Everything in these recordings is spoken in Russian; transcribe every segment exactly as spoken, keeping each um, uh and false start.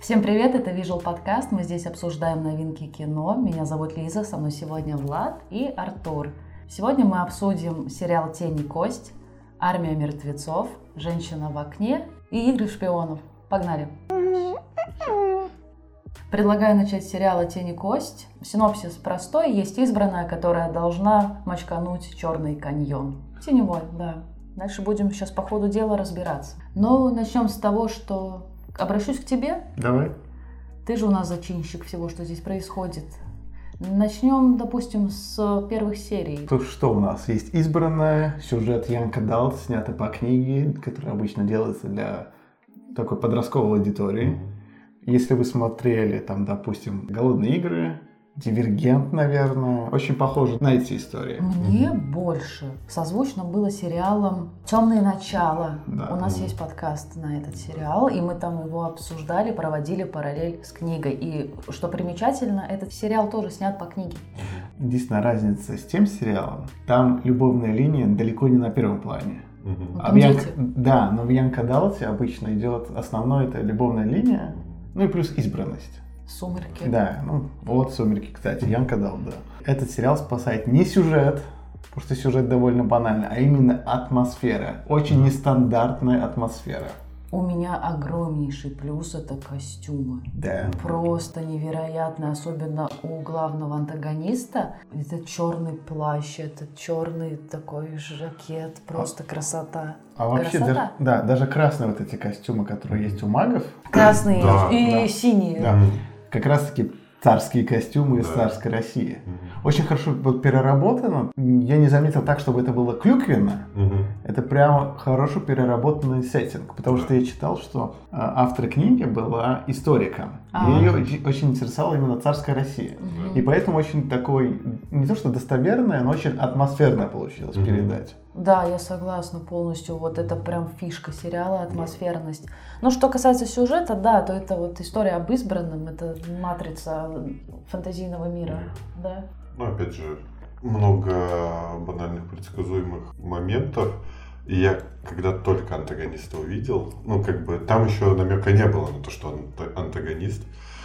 Всем привет, это Visual Podcast. Мы здесь обсуждаем новинки кино. Меня зовут Лиза, со мной сегодня Влад и Артур. Сегодня мы обсудим сериал «Тень и кость», «Армия мертвецов», «Женщина в окне» и «Игры шпионов». Погнали! Предлагаю начать с сериала «Тень и кость». Синопсис простой. Есть избранная, которая должна мочкануть черный каньон. Теневой, да. Дальше будем сейчас по ходу дела разбираться. Но начнем с того, что... Обращусь к тебе. Давай. Ты же у нас зачинщик всего, что здесь происходит. Начнем, допустим, с первых серий. Тут что у нас? Есть избранная, сюжет Young Adult, снятый по книге, который обычно делается для такой подростковой аудитории. Если вы смотрели, там, допустим, «Голодные игры», «Дивергент», наверное, очень похожи на эти истории. Мне mm-hmm. больше созвучно было сериалом «Темные начала». Да. У нас Mm-hmm. есть подкаст на этот сериал, и мы там его обсуждали, проводили параллель с книгой. И что примечательно, этот сериал тоже снят по книге. Единственная разница с тем сериалом, там любовная линия далеко не на первом плане. Mm-hmm. А в Young... Да, но в Young Adult обычно идет основной, это любовная линия, ну и плюс избранность. «Сумерки». Да, ну вот «Сумерки», кстати, Young Adult, да. Этот сериал спасает не сюжет, потому что сюжет довольно банальный, а именно атмосфера. Очень нестандартная атмосфера. У меня огромнейший плюс — это костюмы. Да. Просто невероятно, особенно у главного антагониста. Это черный плащ, это черный такой жакет, просто красота. А вообще, красота. Даже, да, даже красные вот эти костюмы, которые есть у магов. Красные да, и да, синие. Да. Как раз таки царские костюмы из да. царской России. Угу. Очень хорошо вот переработано. Я не заметил так, чтобы это было клюквенно. Угу. Это прямо хорошо переработанный сеттинг. Потому да. что я читал, что автор книги была историком. А-а-а. И ее очень, очень интересовала именно царская Россия. Угу. И поэтому очень такой, не то что достоверная, но очень атмосферная получилась угу. передача. Да, я согласна полностью. Вот это прям фишка сериала, атмосферность. Но что касается сюжета, да, то это вот история об избранном, это матрица фэнтезийного мира, да. Ну, опять же, много банальных предсказуемых моментов. И я, когда только антагониста увидел, ну, как бы, там еще намека не было на то, что он антагонист.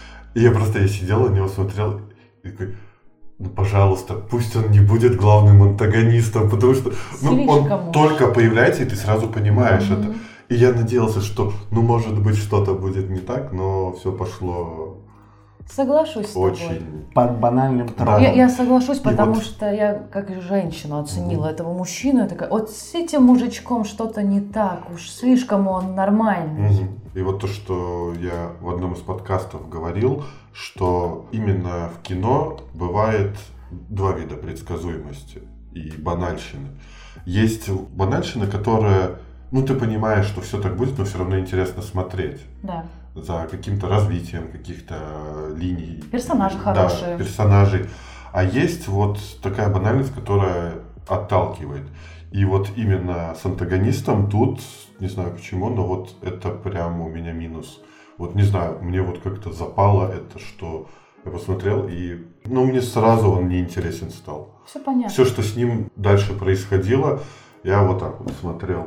И я просто, я сидел на него, смотрел и такой... Ну, пожалуйста, пусть он не будет главным антагонистом, потому что ну, он может. Только появляется, и ты сразу понимаешь mm-hmm. это. И я надеялся, что, ну, может быть, что-то будет не так, но все пошло... Соглашусь очень... с тобой. Под банальным травмом. Я, я соглашусь, потому вот... что я, как женщина, оценила mm-hmm. этого мужчину. Я такая, вот с этим мужичком что-то не так, уж слишком он нормальный. Mm-hmm. И вот то, что я в одном из подкастов говорил, что именно в кино бывает два вида предсказуемости и банальщины. Есть банальщина, которая, ну, ты понимаешь, что все так будет, но все равно интересно смотреть. Да. За каким-то развитием каких-то линий. Персонажи хорошие. Да, персонажей. А есть вот такая банальность, которая отталкивает. И вот именно с антагонистом тут, не знаю почему, но вот это прям у меня минус. Вот не знаю, мне вот как-то запало это, что я посмотрел, и ну мне сразу он неинтересен стал. Все понятно. Все, что с ним дальше происходило, я вот так вот смотрел.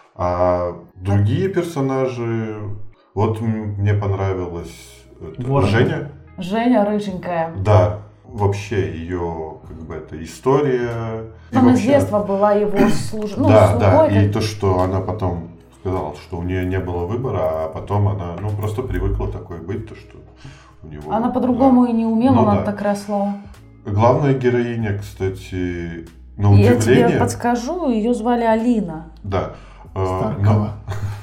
А другие персонажи, вот мне понравилась это, Женя. Женя рыженькая. Да, вообще ее как бы это история. Она вообще... с детства была его служ... ну, да, слугой. Да, как... и то, что она потом сказала, что у нее не было выбора, а потом она ну, просто привыкла такой быть, то, что у него... Она по-другому да. и не умела, ну, она да. так росла. Главная героиня, кстати, на и удивление... Я тебе подскажу, ее звали Алина. Да. Старкова.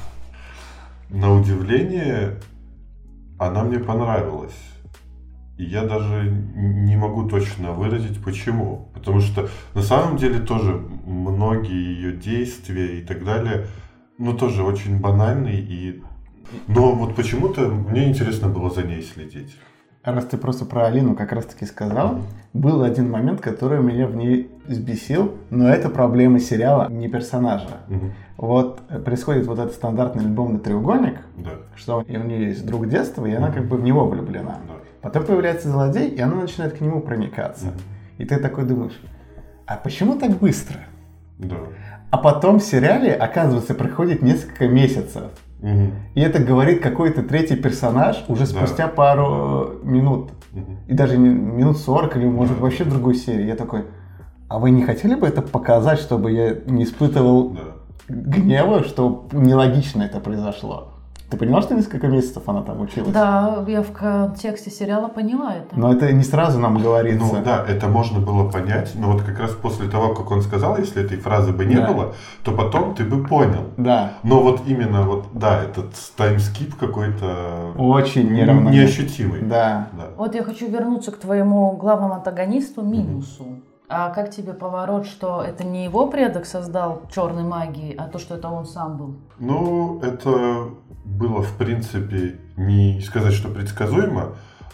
На удивление, она мне понравилась. И я даже не могу точно выразить, почему. Потому что на самом деле тоже многие ее действия и так далее, ну тоже очень банальные. И... Но вот почему-то мне интересно было за ней следить. Раз ты просто про Алину как раз таки сказал, mm-hmm. был один момент, который меня в ней взбесил, но это проблема сериала, не персонажа. Mm-hmm. Вот происходит вот этот стандартный любовный треугольник, yeah. что у нее есть друг детства, и она mm-hmm. как бы в него влюблена. Yeah. Потом появляется злодей, и она начинает к нему проникаться. Mm-hmm. И ты такой думаешь, а почему так быстро? Yeah. А потом в сериале, оказывается, проходит несколько месяцев. Угу. И это говорит какой-то третий персонаж уже спустя да. пару минут. Угу. И даже минут сорок, или может да. вообще в другой серии. Я такой, а вы не хотели бы это показать, чтобы я не испытывал да. гнева, что нелогично это произошло? Ты поняла, что несколько месяцев она там училась? Да, я в контексте сериала поняла это. Но это не сразу нам говорится. Ну да, это можно было понять, но вот как раз после того, как он сказал, если этой фразы бы не да. было, то потом ты бы понял. Да. Но вот именно вот, да, этот таймскип какой-то... Очень неравномерный. Неощутимый. Да. да. Вот я хочу вернуться к твоему главному антагонисту, Минусу. Mm-hmm. А как тебе поворот, что это не его предок создал черной магии, а то, что это он сам был? Ну, это было, в принципе, не сказать, что предсказуемо,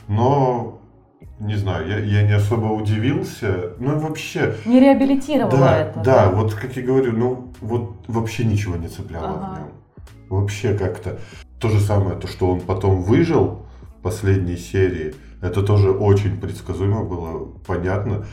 но, не знаю, я, я не особо удивился. Ну, вообще... Не реабилитировало да, это. Да, да, вот, как я говорю, ну, вот вообще ничего не цепляло ага. в нем. Вообще как-то. То же самое, то, что он потом выжил в последней серии, это тоже очень предсказуемо было, понятно.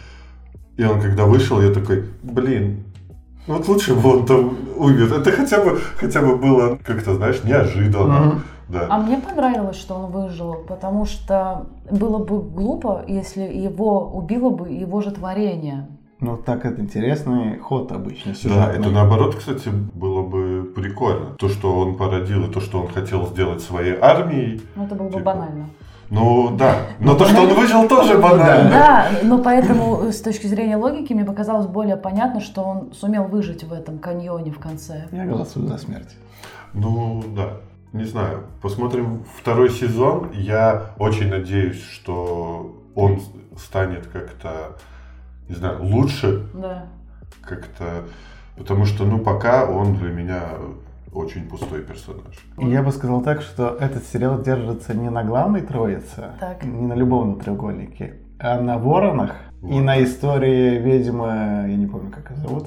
И он когда вышел, я такой, блин, ну вот лучше бы он там умер. Это хотя бы, хотя бы было как-то, знаешь, неожиданно. Mm-hmm. Да. А мне понравилось, что он выжил, потому что было бы глупо, если его убило бы его же творение. Ну так это интересный ход обычно. Да, это наоборот, кстати, было бы прикольно. То, что он породил, и то, что он хотел сделать своей армией. Ну это было бы типа... банально. Ну да, но то, что он выжил, тоже банально. Да, но поэтому с точки зрения логики мне показалось более понятно, что он сумел выжить в этом каньоне в конце. Я голосую за смерть. Ну да, не знаю. Посмотрим второй сезон. Я очень надеюсь, что он станет как-то, не знаю, лучше. Да. Как-то, потому что, ну, пока он для меня... очень пустой персонаж. Я бы сказал так, что этот сериал держится не на главной троице, так. не на любовном треугольнике, а на воронах вот. И на истории ведьмы, я не помню, как ее зовут,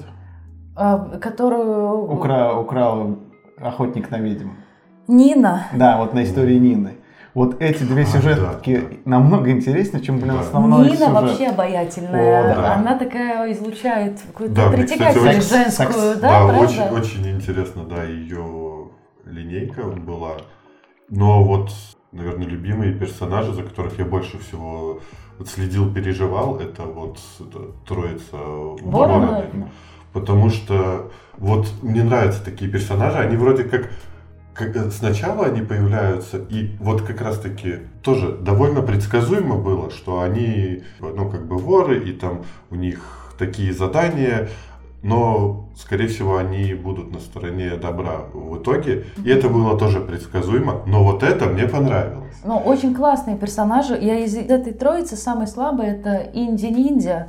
а, которую... Укра... Украл охотник на ведьм. Нина. Да, вот на истории Нины. Вот эти две сюжетки а, да, да. намного интереснее, чем, блин, да. основной Нина сюжет. вообще обаятельная. О, да. Она такая излучает какую-то да, притягательность кстати, женскую. очень, да, да, правда? очень, очень интересно, да, ее линейка была. Но вот, наверное, любимые персонажи, за которых я больше всего вот следил, переживал, это вот это, троица Вороны. Потому что вот мне нравятся такие персонажи, они вроде как Как, сначала они появляются, и вот как раз-таки тоже довольно предсказуемо было, что они, ну, как бы воры, и там у них такие задания, но, скорее всего, они будут на стороне добра в итоге, и это было тоже предсказуемо, но вот это мне понравилось. Ну, очень классные персонажи. Я из этой троицы самый слабый — это Инди-ниндзя.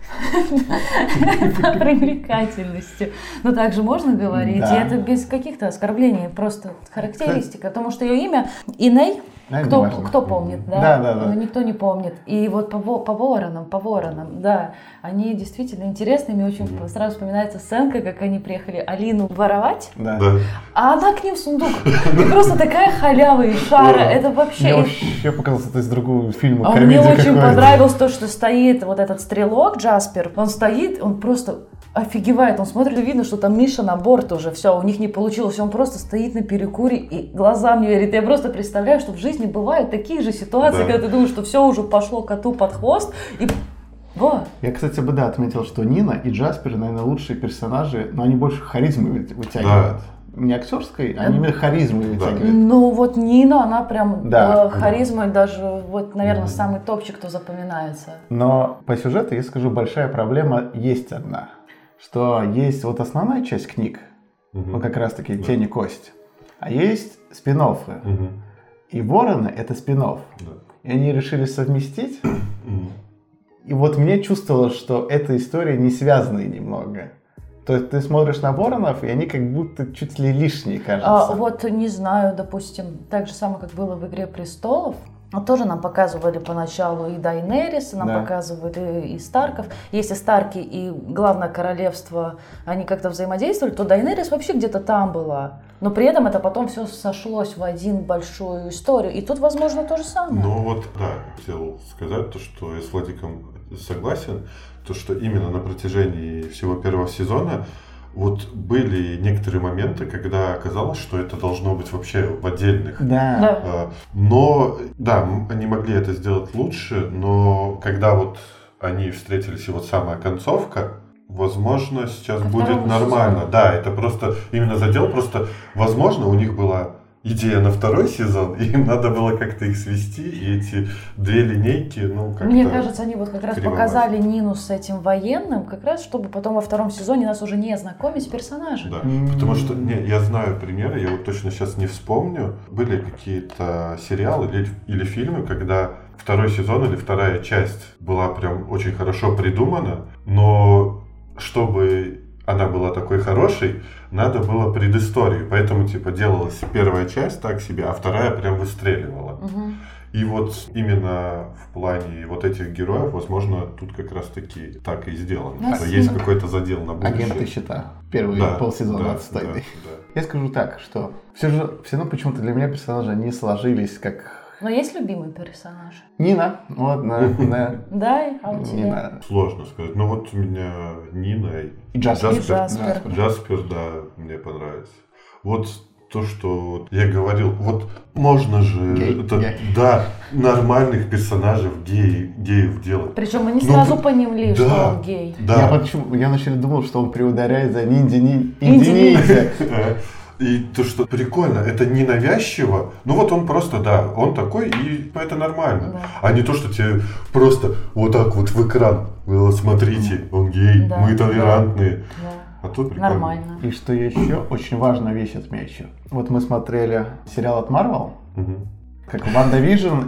По привлекательности. Но также можно говорить, да. И это без каких-то оскорблений, просто характеристика, потому что ее имя Иней, кто, кто помнит, да? Да, да, да. Никто не помнит. И вот по, по воронам, по воронам, да, они действительно интересные. Мне очень mm-hmm. сразу вспоминается сценка, как они приехали Алину воровать, да. А она к ним в сундук. И просто такая халява и шара. Это вообще... Мне вообще показалось, это из другого фильма. А мне очень понравилось то, что стоит вот этот стрелок Джаспер. Он стоит, он просто офигевает. Он смотрит, видно, что там Миша на борт уже. Все, у них не получилось. Он просто стоит на перекуре и глазам не верит. Я просто представляю, что в жизни бывают такие же ситуации, да. Когда ты думаешь, что все уже пошло коту под хвост. И... Вот. Я, кстати, бы да, отметил, что Нина и Джаспер, наверное, лучшие персонажи, но они больше харизмы вытягивают. Да. Не актерской, а именно харизмой вытягивают. Ну вот Нина, она прям да, э, харизмой да. даже, вот, наверное, mm-hmm. самый топчик, кто запоминается. Но по сюжету, я скажу, большая проблема есть одна. Что есть вот основная часть книг, mm-hmm. вот как раз-таки yeah. «Тень и кость», а есть спин-оффы. Mm-hmm. И «Вороны» — это спин-офф. Yeah. И они решили совместить. Mm-hmm. И вот мне чувствовалось, что эта история не связана немного. То есть ты смотришь на воронов, и они как будто чуть ли лишние, кажется. А, вот не знаю, допустим, так же самое, как было в «Игре престолов». Вот тоже нам показывали поначалу и Дайнериса, нам да. показывают и, и Старков. Если Старки и главное королевство, они как-то взаимодействовали, то Дайнерис вообще где-то там была. Но при этом это потом все сошлось в один большую историю. И тут, возможно, то же самое. Ну вот, да, хотел сказать то, что я с Владиком согласен. То, что именно на протяжении всего первого сезона вот были некоторые моменты, когда оказалось, что это должно быть вообще в отдельных. Да. Да. Но, да, они могли это сделать лучше, но когда вот они встретились, и вот самая концовка, возможно, сейчас Ко будет нормально. сезону. Да, это просто именно задел, просто, возможно, у них была идея на второй сезон, и им надо было как-то их свести, и эти две линейки, ну, как-то... Мне кажется, они вот как раз кривовать. показали Нину с этим военным, как раз, чтобы потом во втором сезоне нас уже не знакомить с персонажем. Да, потому что, не, я знаю примеры, я вот точно сейчас не вспомню, были какие-то сериалы или, или фильмы, когда второй сезон или вторая часть была прям очень хорошо придумана, но чтобы она была такой хорошей, надо было предысторию, поэтому типа делалась первая часть так себе, а вторая прям выстреливала. Угу. И вот именно в плане вот этих героев, возможно, тут как раз таки так и сделано. Да, Что есть какой-то задел на будущее. Агенты щита. Первые Да, полсезона да, отстойный. да, да. Я скажу так, что все же все равно почему-то для меня персонажи не сложились как... Но есть любимый персонаж? Нина. Вот, на, на Да, а у тебя? Нина. Сложно сказать. Ну вот у меня Нина И Джаспер. И Джаспер. Джаспер, да, мне понравился. Вот то, что вот я говорил, вот можно же Гей, это, гей. да, нормальных персонажей геи, геев делать. Причем мы не Ну, сразу п- поняли, да. что он гей. Да. Я, почему, я вначале думал, что он приударяет за ниндзя ни- Инди-ниндзя. инди-ниндзя. И то, что прикольно, это не навязчиво, ну вот он просто, да, он такой, и это нормально. Да. А не то, что тебе просто вот так вот в экран, «Э, смотрите, он гей, Да, мы толерантные. Да. А тут прикольно. Нормально. И что еще очень важную вещь отмечу. Вот мы смотрели сериал от Marvel, Мгм. как Ванда Вижн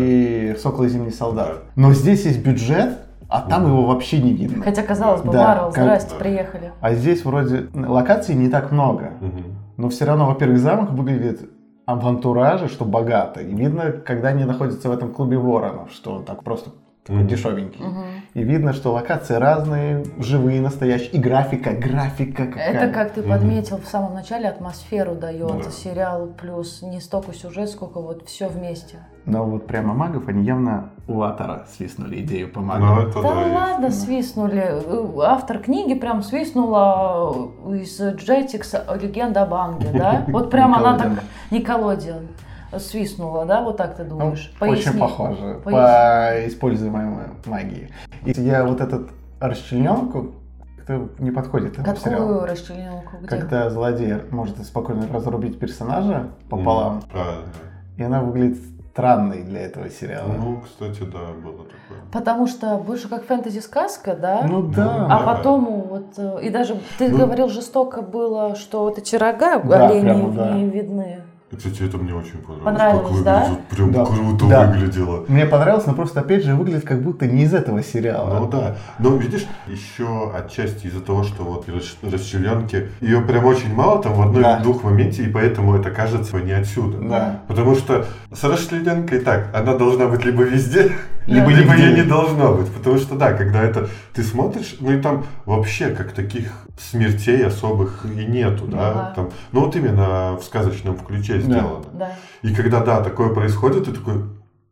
и Сокол и Зимний солдат. Да. Но здесь есть бюджет, а там его вообще не видно. Хотя, казалось бы, Да, Марвел, как- здрасте, да. приехали. А здесь вроде локаций не так много. Мгм. Но все равно, во-первых, замок выглядит в антураже, что богато. И видно, когда они находятся в этом клубе воронов, что он так просто такой Мгм. дешевенький. Мгм. И видно, что локации разные, живые, настоящие. И графика, графика какая. Это, как ты Мгм. подметил, в самом начале атмосферу дает Да. сериал, плюс не столько сюжет, сколько вот все вместе. Но вот прямо магов, они явно у автора свистнули идею по Ну, магам. это Да да, есть. ладно, свистнули. Автор книги прям свистнула из Джетикса «Легенда об Анге», да? Вот прям она так, Николодиан, свистнула, да? Вот так ты Ну, думаешь? очень Поясни. похоже Поясни. по используемой магии. И я вот этот расчлененку как-то не подходит этому сериалу. Какую расчлененку? Где? Когда злодей может спокойно разрубить персонажа пополам, Мгм. А, и она выглядит странной для этого да. сериала. Ну, кстати, да, было такое. Потому что больше как фэнтези-сказка, да? Ну да. А да. потом вот, э, и даже ты Ну. говорил, жестоко было, что вот эти рога Да, оленей прямо, да. не видны. Кстати, это мне очень понравилось. Понравилось, как да? выглядит, прям Да. круто Да. выглядело. Мне понравилось, но просто опять же выглядит как будто не из этого сериала. Ну да, но видишь, еще отчасти из-за того, что вот расч- расчлененки, ее прям очень мало там в одной Да. или двух моменте, и поэтому это кажется не отсюда. Да. Потому что с расчлененкой так, она должна быть либо везде, Либо либо, либо нигде. ее не должно быть. Потому что да, когда это ты смотришь, ну и там вообще как таких смертей особых и нету, да. Ага. Там, ну вот именно в сказочном ключе сделано. Да. И когда да, такое происходит, ты такой,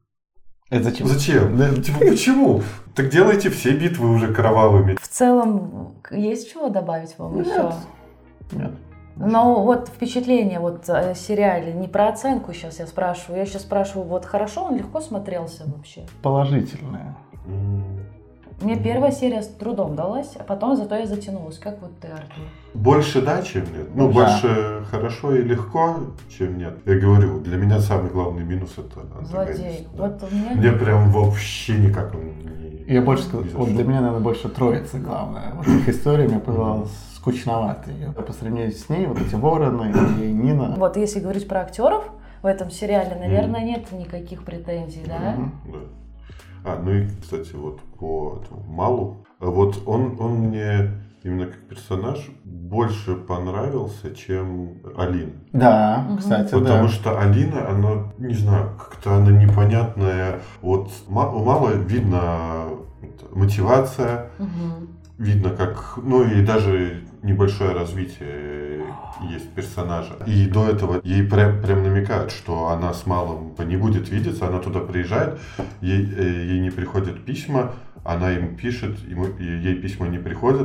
Это зачем? зачем? Да. Типа почему? Так делайте все битвы уже кровавыми. В целом, есть чего добавить вам Нет. еще? Нет. Но вот впечатление вот о сериале, не про оценку сейчас я спрашиваю, я сейчас спрашиваю, вот хорошо он легко смотрелся вообще? Положительное. М. Мне первая серия с трудом далась, а потом зато я затянулась. Как вот ты, Артур? Больше да, чем нет. Ну, Да. больше хорошо и легко, чем нет. Я говорю, для меня самый главный минус это антагонист. Злодей. Да. Вот у меня... Мне прям вообще никак он не... Я больше сказал, не вот зашел. для меня, наверное, больше троица главное. Вот их история мне показалась скучноватой. По сравнению с ней, вот эти вороны и Нина. Вот если говорить про актеров в этом сериале, наверное, нет никаких претензий, да? Мгм. Да. А, ну и, кстати, вот по этому Малу, вот он, он мне именно как персонаж больше понравился, чем Алина. Да, Мгм. кстати, Потому да. что Алина, она, не знаю, как-то она непонятная. Вот Ма- у Мала видно это, мотивация, Мгм. видно как, ну и даже небольшое развитие есть персонажа. И до этого ей прям, прям намекают, что она с Малом не будет видеться, она туда приезжает, ей, э, ей не приходят письма, она им пишет, ему, и ей письма не приходят,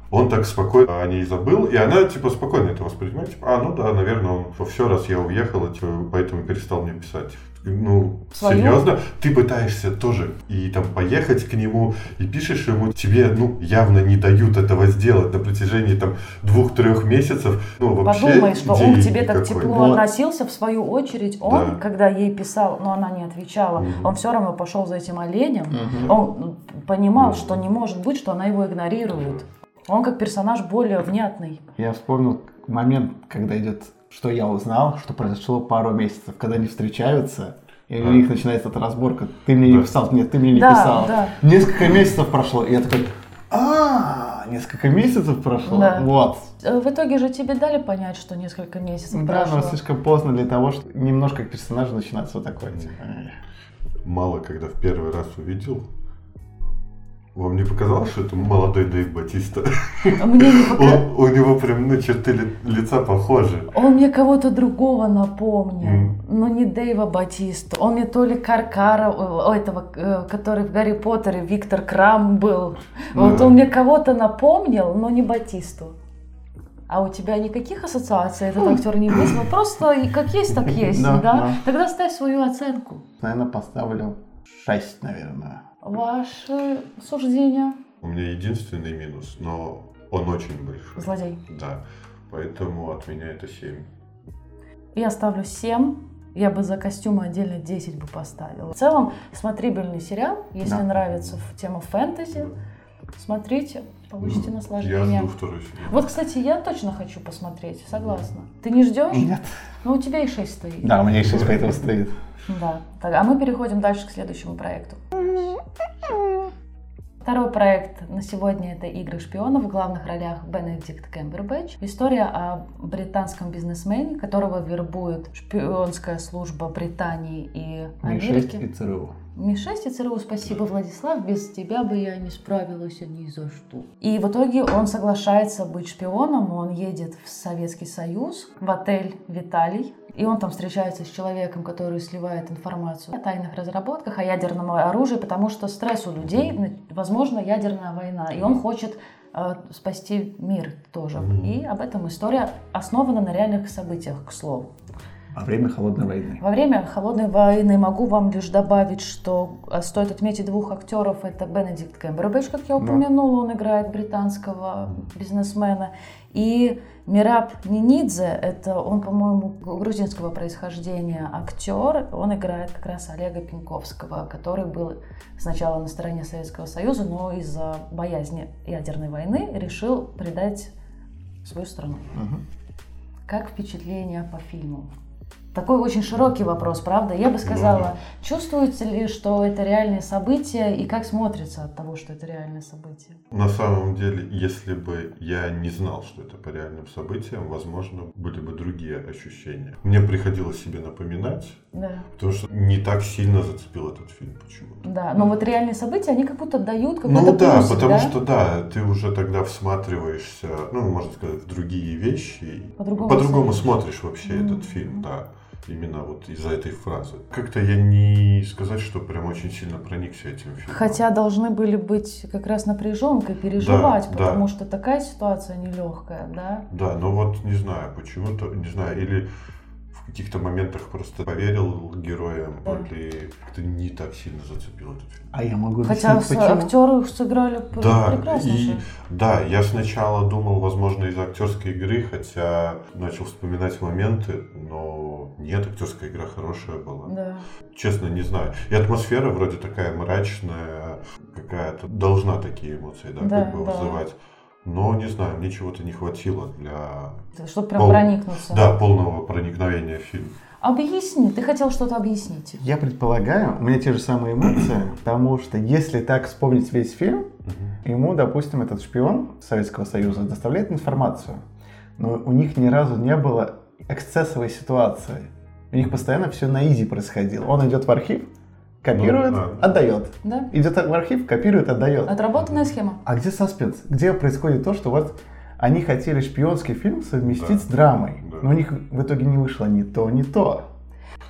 Он так спокойно о ней забыл, и она, типа, спокойно это воспринимает. Типа, а, ну да, наверное, он все, раз я уехала, типа, поэтому перестал мне писать. Ну, Свою? Серьезно? Ты пытаешься тоже и там поехать к нему, и пишешь ему, тебе, ну, явно не дают этого сделать на протяжении там двух-трех месяцев. Ну, вообще подумай, что он к тебе никакой. Так тепло вот. относился, в свою очередь, он, да. когда ей писал, но она не отвечала, угу. он все равно пошел за этим оленем, угу. он понимал, угу. что не может быть, что она его игнорирует. Он как персонаж более внятный. Я вспомнил момент, когда идет, что я узнал, что произошло пару месяцев, когда они встречаются, и у них начинается эта разборка. Ты мне не писал, нет, ты мне не да, писал. Да. Несколько месяцев прошло, и я такой, а, несколько месяцев прошло, да. вот. В итоге же тебе дали понять, что несколько месяцев да, прошло. Да, но слишком поздно для того, что немножко к персонажу начинается вот такое. Типа. Мало когда в первый раз увидел. Вам не показалось, что это молодой Дэйв Батиста? Мне не показалось. Он, у него прям ну, черты ли, лица похожи. Он мне кого-то другого напомнил, mm. но не Дэйва Батисту. Он мне то ли Каркара, этого, который в Гарри Поттере, Виктор Крам был. Mm. Вот он мне кого-то напомнил, но не Батисту. А у тебя никаких ассоциаций этот актер не вызвал? Просто как есть, так есть, да? да? Тогда ставь свою оценку. Наверное, поставлю шесть, наверное. Ваше суждение? У меня единственный минус, но он очень большой. Злодей. Да, поэтому от меня это семь. Я ставлю семь. Я бы за костюмы отдельно десять бы поставила. В целом, смотрибельный сериал. Если да. нравится тема фэнтези, смотрите, получите наслаждение. Я жду второй сезон. Вот, кстати, я точно хочу посмотреть, согласна. Ты не ждешь? Нет. Ну, у тебя и шесть стоит. Да, у меня и шесть поэтому стоит. Да. Так, а мы переходим дальше к следующему проекту. Второй проект на сегодня — это «Игры шпионов», в главных ролях Бенедикт Камбербэтч. История о британском бизнесмене, которого вербует шпионская служба Британии и Америки. Ми шесть и ЦРУ. Ми шесть и ЦРУ, спасибо, Владислав, без тебя бы я не справилась ни за что. И в итоге он соглашается быть шпионом, он едет в Советский Союз, в отель «Виталий». И он там встречается с человеком, который сливает информацию о тайных разработках, о ядерном оружии, потому что стресс у людей, возможно, ядерная война. И он хочет э, спасти мир тоже. И об этом история основана на реальных событиях, к слову. Во время Холодной войны. Во время Холодной войны могу вам лишь добавить, что стоит отметить двух актеров. Это Бенедикт Камбербэтч, как я упомянула, он играет британского бизнесмена. И Мераб Нинидзе, это он, по-моему, грузинского происхождения актер. Он играет как раз Олега Пеньковского, который был сначала на стороне Советского Союза, но из-за боязни ядерной войны решил предать свою страну. Угу. Как впечатление по фильму? Такой очень широкий вопрос, правда? Я бы сказала, да. Чувствуете ли, что это реальные события, и как смотрится от того, что это реальные события? На самом деле, если бы я не знал, что это по реальным событиям, возможно, были бы другие ощущения. Мне приходилось себе напоминать, да. потому что не так сильно зацепил этот фильм почему-то. Да, но вот реальные события, они как будто дают какой-то Ну да, плюсик, потому да? что да, ты уже тогда всматриваешься, ну, можно сказать, в другие вещи. По-другому, По-другому смотришь вообще mm-hmm. этот фильм, да. Именно вот из-за этой фразы. Как-то я не сказать, что прям очень сильно проникся этим фильмом. Хотя должны были быть как раз напряженкой, переживать, да, потому да. что такая ситуация нелегкая, да? Да, но вот не знаю, почему-то, не знаю, или в каких-то моментах просто поверил героям, да. или как-то не так сильно зацепил этот фильм. А я могу Хотя объяснить, актеры сыграли да, прекрасно. И, да, я сначала думал, возможно, из-за актерской игры, хотя начал вспоминать моменты, но нет, актерская игра хорошая была. Да. Честно, не знаю. И атмосфера вроде такая мрачная, какая-то, должна такие эмоции, да, да как бы да. вызывать. Но, не знаю, мне чего-то не хватило для... Чтобы прям пол... проникнуться. Да, полного проникновения в фильм. Объясни, ты хотел что-то объяснить. Я предполагаю, у меня те же самые эмоции, потому что если так вспомнить весь фильм, uh-huh. ему, допустим, этот шпион Советского Союза доставляет информацию, но у них ни разу не было эксцессовой ситуации. У них постоянно все на изи происходило. Он идет в архив, копирует, ну, да. отдает. Да? Идет в архив, копирует, отдает. Отработанная схема. А где саспенс? Где происходит то, что вот они хотели шпионский фильм совместить да. с драмой, да. но у них в итоге не вышло ни то, ни то.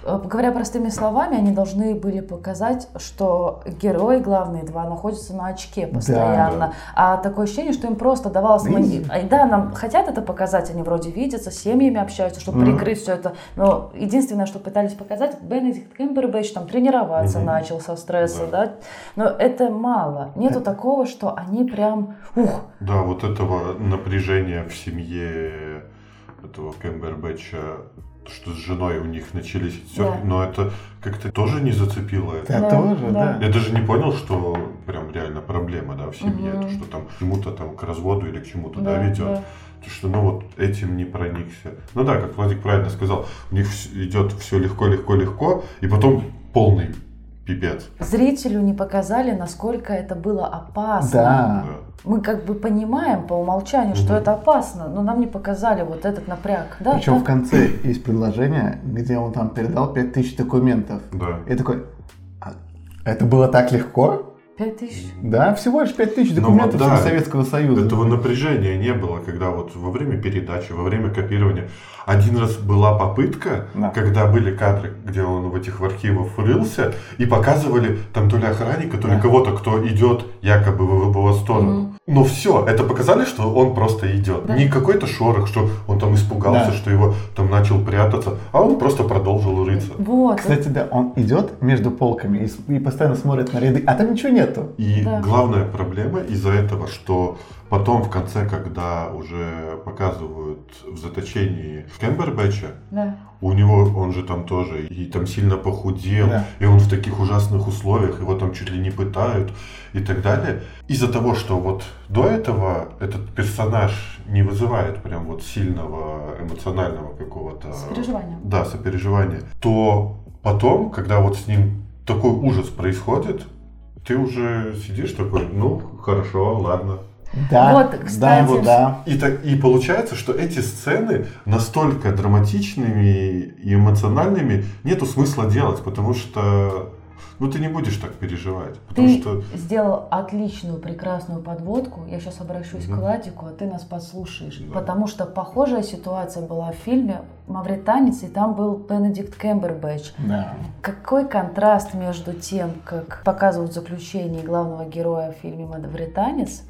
Говоря простыми словами, они должны были показать, что герои главные два находятся на очке постоянно. Да, да. А такое ощущение, что им просто давалось... Мани... Да, нам хотят это показать, они вроде видятся, с семьями общаются, чтобы mm-hmm. прикрыть все это. Но единственное, что пытались показать, Бенедикт Камбербэтч там тренироваться mm-hmm. начал со стресса, да. да. Но это мало. Нету это... такого, что они прям... Ух. Да, вот этого напряжения в семье этого Камбербэтча, что с женой у них начались все, да. но это как-то тоже не зацепило. Да, да тоже, да. да. Я даже не понял, что прям реально проблема, да, в семье, угу. то, что там к чему-то там к разводу или к чему-то, да, да ведет. Да. То, что, ну вот этим не проникся. Ну да, как Владик правильно сказал, у них идет все легко, легко, легко, и потом полный пипец. Зрителю не показали, насколько это было опасно. Да. да. Мы как бы понимаем по умолчанию, что угу. это опасно, но нам не показали вот этот напряг. Да, Причем да? в конце есть предложение, где он там передал пять тысяч документов. Да. И такой, а это было так легко? пять тысяч? Да, всего лишь пять тысяч документов ну, да, Советского Союза. Этого напряжения не было, когда вот во время передачи, во время копирования. Один раз была попытка, да. когда были кадры, где он в этих в архивах рылся, и показывали там то ли охранника, то ли да. кого-то, кто идет якобы в его сторону. Mm-hmm. Но все, это показали, что он просто идет. Да. Не какой-то шорох, что он там испугался, да. что его там начал прятаться, а он просто продолжил рыться. Вот. Кстати, да, он идет между полками и, и постоянно смотрит на ряды, а там ничего нету. И да. главная проблема из-за этого, что потом в конце, когда уже показывают в заточении Камбербэтча, да. у него, он же там тоже и там сильно похудел, да. и он в таких ужасных условиях, его там чуть ли не пытают и так далее. Из-за того, что вот до этого этот персонаж не вызывает прям вот сильного эмоционального какого-то... Сопереживания. Да, сопереживания. То потом, когда вот с ним такой ужас происходит, ты уже сидишь такой, ну, хорошо, ладно. Да, вот, кстати. да, вот, да. И, так, и получается, что эти сцены настолько драматичными и эмоциональными, нету смысла делать, потому что ну ты не будешь так переживать. Потому ты что... сделал отличную, прекрасную подводку. Я сейчас обращусь mm-hmm. к Владику, а ты нас подслушаешь. Да. Потому что похожая ситуация была в фильме «Мавританец», и там был Бенедикт Камбербэтч. Да. Какой контраст между тем, как показывают в заключении главного героя в фильме «Мавританец»,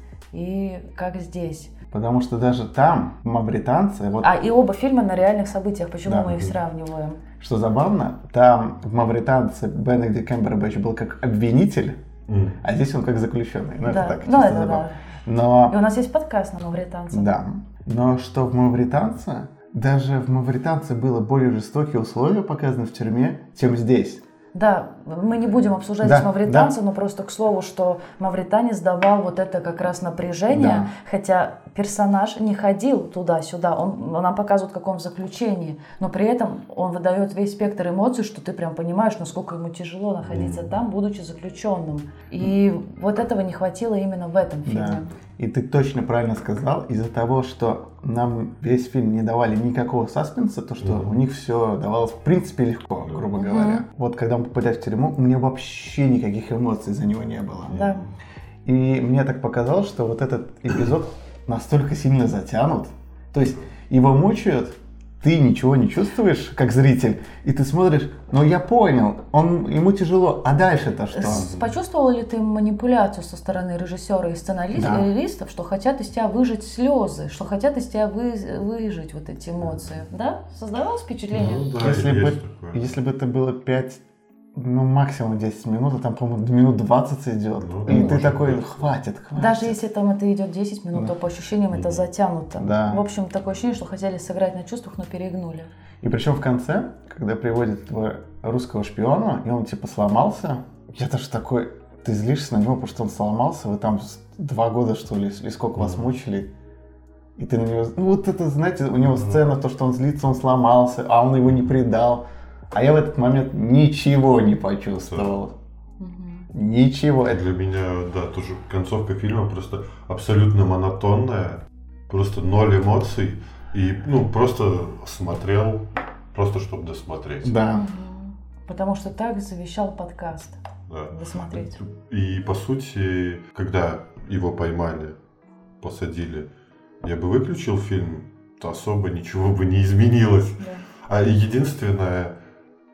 и как здесь. Потому что даже там мавританцы... Вот... А и оба фильма на реальных событиях. Почему да. мы их сравниваем? Что забавно, там в «Мавританце» Бенедикт Камбербэтч был как обвинитель, mm. а здесь он как заключенный. Ну, да. это так, ну, чисто это забавно. Да. Но... И у нас есть подкаст на «Мавританце». Да. Но что в «Мавританце», даже в «Мавританце» было более жестокие условия показаны в тюрьме, чем здесь. Да, мы не будем обсуждать да, здесь «Мавританца», да. но просто к слову, что «Мавританец» давал вот это как раз напряжение, да. хотя персонаж не ходил туда-сюда, он, нам показывают, как он в заключении, но при этом он выдает весь спектр эмоций, что ты прям понимаешь, насколько ему тяжело находиться mm. там, будучи заключенным. И mm. вот этого не хватило именно в этом фильме. Да. И ты точно правильно сказал, из-за того, что нам весь фильм не давали никакого саспенса, то, что mm-hmm. у них все давалось в принципе легко, грубо mm-hmm. говоря. Вот когда он попадает в тюрьму, у меня вообще никаких эмоций за него не было. Да. И мне так показалось, что вот этот эпизод настолько сильно затянут, то есть его мучают, ты ничего не чувствуешь, как зритель, и ты смотришь, ну я понял, он, ему тяжело, а дальше-то что? Почувствовал ли ты манипуляцию со стороны режиссера и сценаристов, да. что хотят из тебя выжать слезы, что хотят из тебя вы, выжать вот эти эмоции, да? Создавалось впечатление? Ну, да, если, бы, если бы это было пять, ну максимум десять минут, а там, по-моему, минут двадцать идет, ну, и ты такой, быть. хватит, хватит. Даже если там это идет десять минут, да. то по ощущениям это затянуто. Да. В общем, такое ощущение, что хотели сыграть на чувствах, но перегнули. И причем в конце, когда приводят этого русского шпиона, и он типа сломался, я даже такой, ты злишься на него, потому что он сломался, вы там два года, что ли, или сколько mm-hmm. вас мучили, и ты на него, ну вот это, знаете, у него mm-hmm. сцена, то, что он злится, он сломался, а он его не предал. А я в этот момент ничего не почувствовал. Mm-hmm. Ничего. Для меня, да, тоже концовка фильма просто абсолютно монотонная. Просто ноль эмоций. И, ну, просто смотрел, просто чтобы досмотреть. Да. Mm-hmm. Потому что так завещал подкаст. Да. Досмотреть. И, по сути, когда его поймали, посадили, я бы выключил фильм, то особо ничего бы не изменилось. Да. А единственное...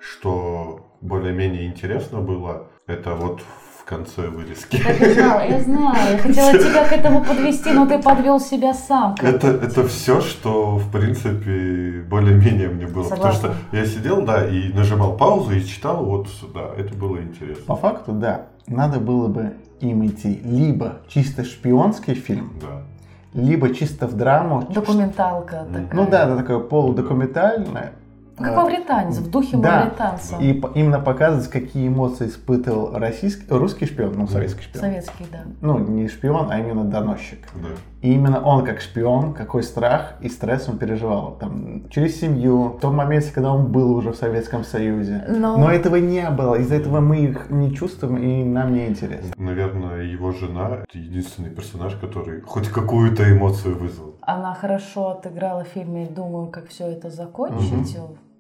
что более-менее интересно было, это вот в конце вырезки. Я знала, я знала. Я хотела тебя к этому подвести, но ты подвел себя сам. Это, это все, что, в принципе, более-менее мне было. Согласна. Потому что я сидел, да, и нажимал паузу и читал, вот, да, это было интересно. По факту, да. Надо было бы им идти либо чисто шпионский фильм, Да. либо чисто в драму. Документалка такая. Ну да, это такое полудокументальное. Как мавританец, в духе Да. мавританца. И по- именно показывать, какие эмоции испытывал российский, русский шпион, ну, советский шпион. Советский, да. Ну, не шпион, а именно доносчик. Да. И именно он, как шпион, какой страх и стресс он переживал. Там, через семью, в том моменте, когда он был уже в Советском Союзе. Но- Но этого не было. Из-за этого мы их не чувствуем, и нам не интересно. Наверное, его жена — это единственный персонаж, который хоть какую-то эмоцию вызвал. Она хорошо отыграла в фильме «Думаю, как все это закончить».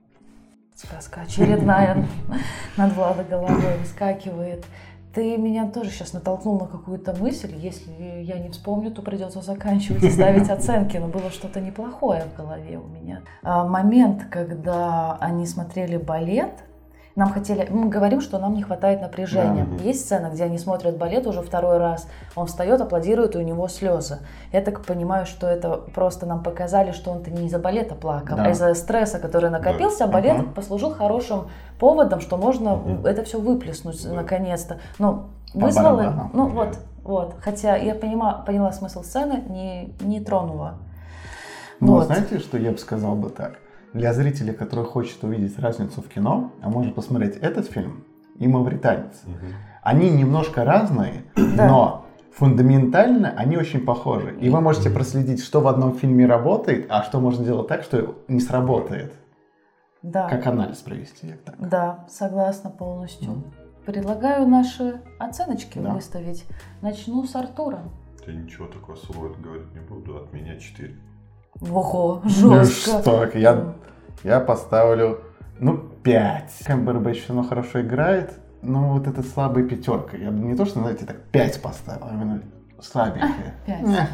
Сказка очередная над Влада головой выскакивает. Ты меня тоже сейчас натолкнул на какую-то мысль. Если я не вспомню, то придется заканчивать и ставить оценки. Но было что-то неплохое в голове у меня. А, момент, когда они смотрели балет, нам хотели, мы говорим, что нам не хватает напряжения. Да. Есть сцена, где они смотрят балет уже второй раз. Он встает, аплодирует, и у него слезы. Я так понимаю, что это просто нам показали, что он-то не из-за балета плакал, Да. а из-за стресса, который накопился. А балет Ага. послужил хорошим поводом, что можно Мгм. это все выплеснуть Да. наконец-то. Ну, По вызвало, барабану. ну вот, вот. Хотя я поняла, поняла смысл сцены, не, не тронула. Но Вот. знаете, что я бы сказал бы так? Для зрителя, который хочет увидеть разницу в кино, а может посмотреть этот фильм и «Мавританец». Они немножко разные, Да. но фундаментально они очень похожи. И вы можете проследить, что в одном фильме работает, а что можно делать так, что не сработает. Да. Как анализ провести. я так. Да, согласна полностью. Ну. Предлагаю наши оценочки Да. выставить. Начну с Артура. Я ничего такого особого говорить не буду, от меня четыре. Ого, Ну жестко. что, я, я поставлю, ну, пять. Камбербэтч все равно хорошо играет, но вот это слабая пятерка. Я бы не то, что, знаете, так пять поставил, а именно слабенькая. Пять. Эх.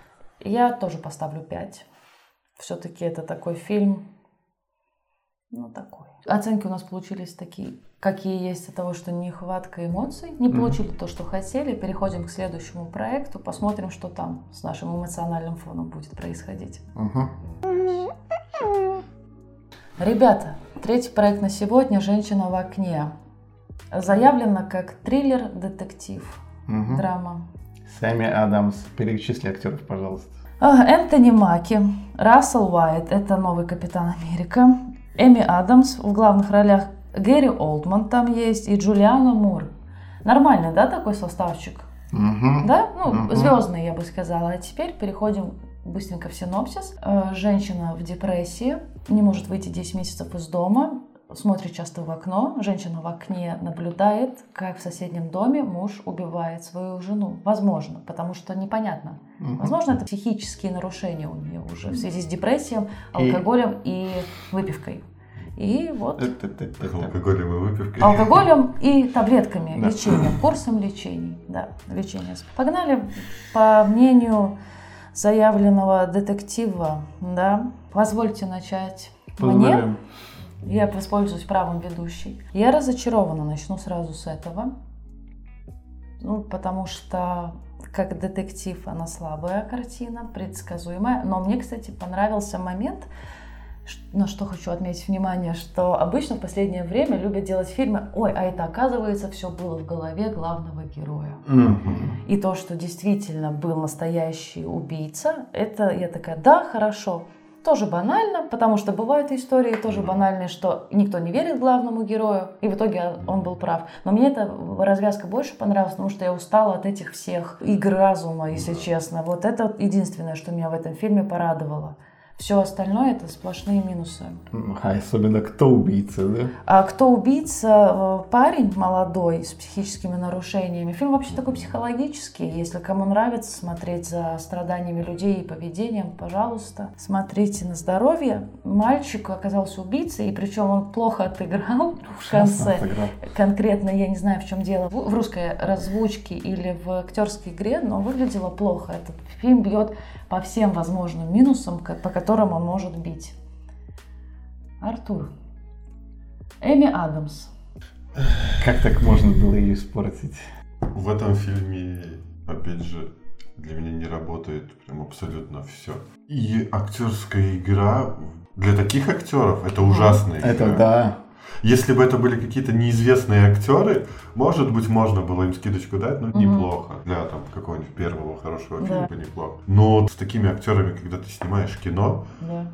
Я тоже поставлю пять. Все-таки это такой фильм, ну такой. Оценки у нас получились такие, какие есть от того, что нехватка эмоций. Не получили то, что хотели. Переходим к следующему проекту. Посмотрим, что там с нашим эмоциональным фоном будет происходить. Мгм. Ребята, третий проект на сегодня «Женщина в окне». Заявлено как триллер-детектив, Мгм. драма. Сэмми Адамс. Перечисли актеров, пожалуйста. А, Энтони Маки, Рассел Уайт, это новый Капитан Америка, Эми Адамс в главных ролях, Гэри Олдман там есть и Джулиана Мур. Нормальный, да, такой составчик? Мгм. Да? Ну, Мгм. звездный, я бы сказала. А теперь переходим быстренько в синопсис. Э, Женщина в депрессии, не может выйти десять месяцев из дома, смотрит часто в окно. Женщина в окне наблюдает, как в соседнем доме муж убивает свою жену. Возможно, потому что непонятно. Мгм. Возможно, это психические нарушения у нее уже в связи с депрессией, И- алкоголем и выпивкой. И вот Т-т-т-т-т. Алкоголем и выпивкой. алкоголем и таблетками, Да. лечением, курсом лечений. Да, лечение. Погнали. По мнению заявленного детектива, да, позвольте начать мне. Позволим. Я воспользуюсь правом ведущей. Я разочарована, начну сразу с этого. Ну, потому что как детектив она слабая картина, предсказуемая. Но мне, кстати, понравился момент, ш- на что хочу отметить внимание, что обычно в последнее время любят делать фильмы, ой, а это оказывается все было в голове главного героя. Мгм. И то, что действительно был настоящий убийца, это я такая, да, хорошо. Тоже банально, потому что бывают истории тоже банальные, что никто не верит главному герою, и в итоге он был прав. Но мне эта развязка больше понравилась, потому что я устала от этих всех игр разума, если честно. Вот это вот единственное, что меня в этом фильме порадовало. Все остальное это сплошные минусы. А особенно кто убийца, да? А кто убийца? Парень молодой с психическими нарушениями. Фильм вообще такой психологический. Если кому нравится смотреть за страданиями людей и поведением, пожалуйста, смотрите на здоровье. Мальчик оказался убийцей, и причем он плохо отыграл в конце. отыграл. Конкретно я не знаю, в чем дело. В в русской озвучке или в актерской игре, но выглядело плохо. Этот фильм бьет по всем возможным минусам, ко- по которым он может бить. Артур, Эми Адамс. Как так можно было ее испортить? В этом фильме, опять же, для меня не работает прям абсолютно все. И актерская игра для таких актеров это ужасная игра. Это да. Если бы это были какие-то неизвестные актеры, может быть, можно было им скидочку дать, но mm-hmm. неплохо. Для там какого-нибудь первого хорошего да. фильма неплохо. Но с такими актерами, когда ты снимаешь кино, да.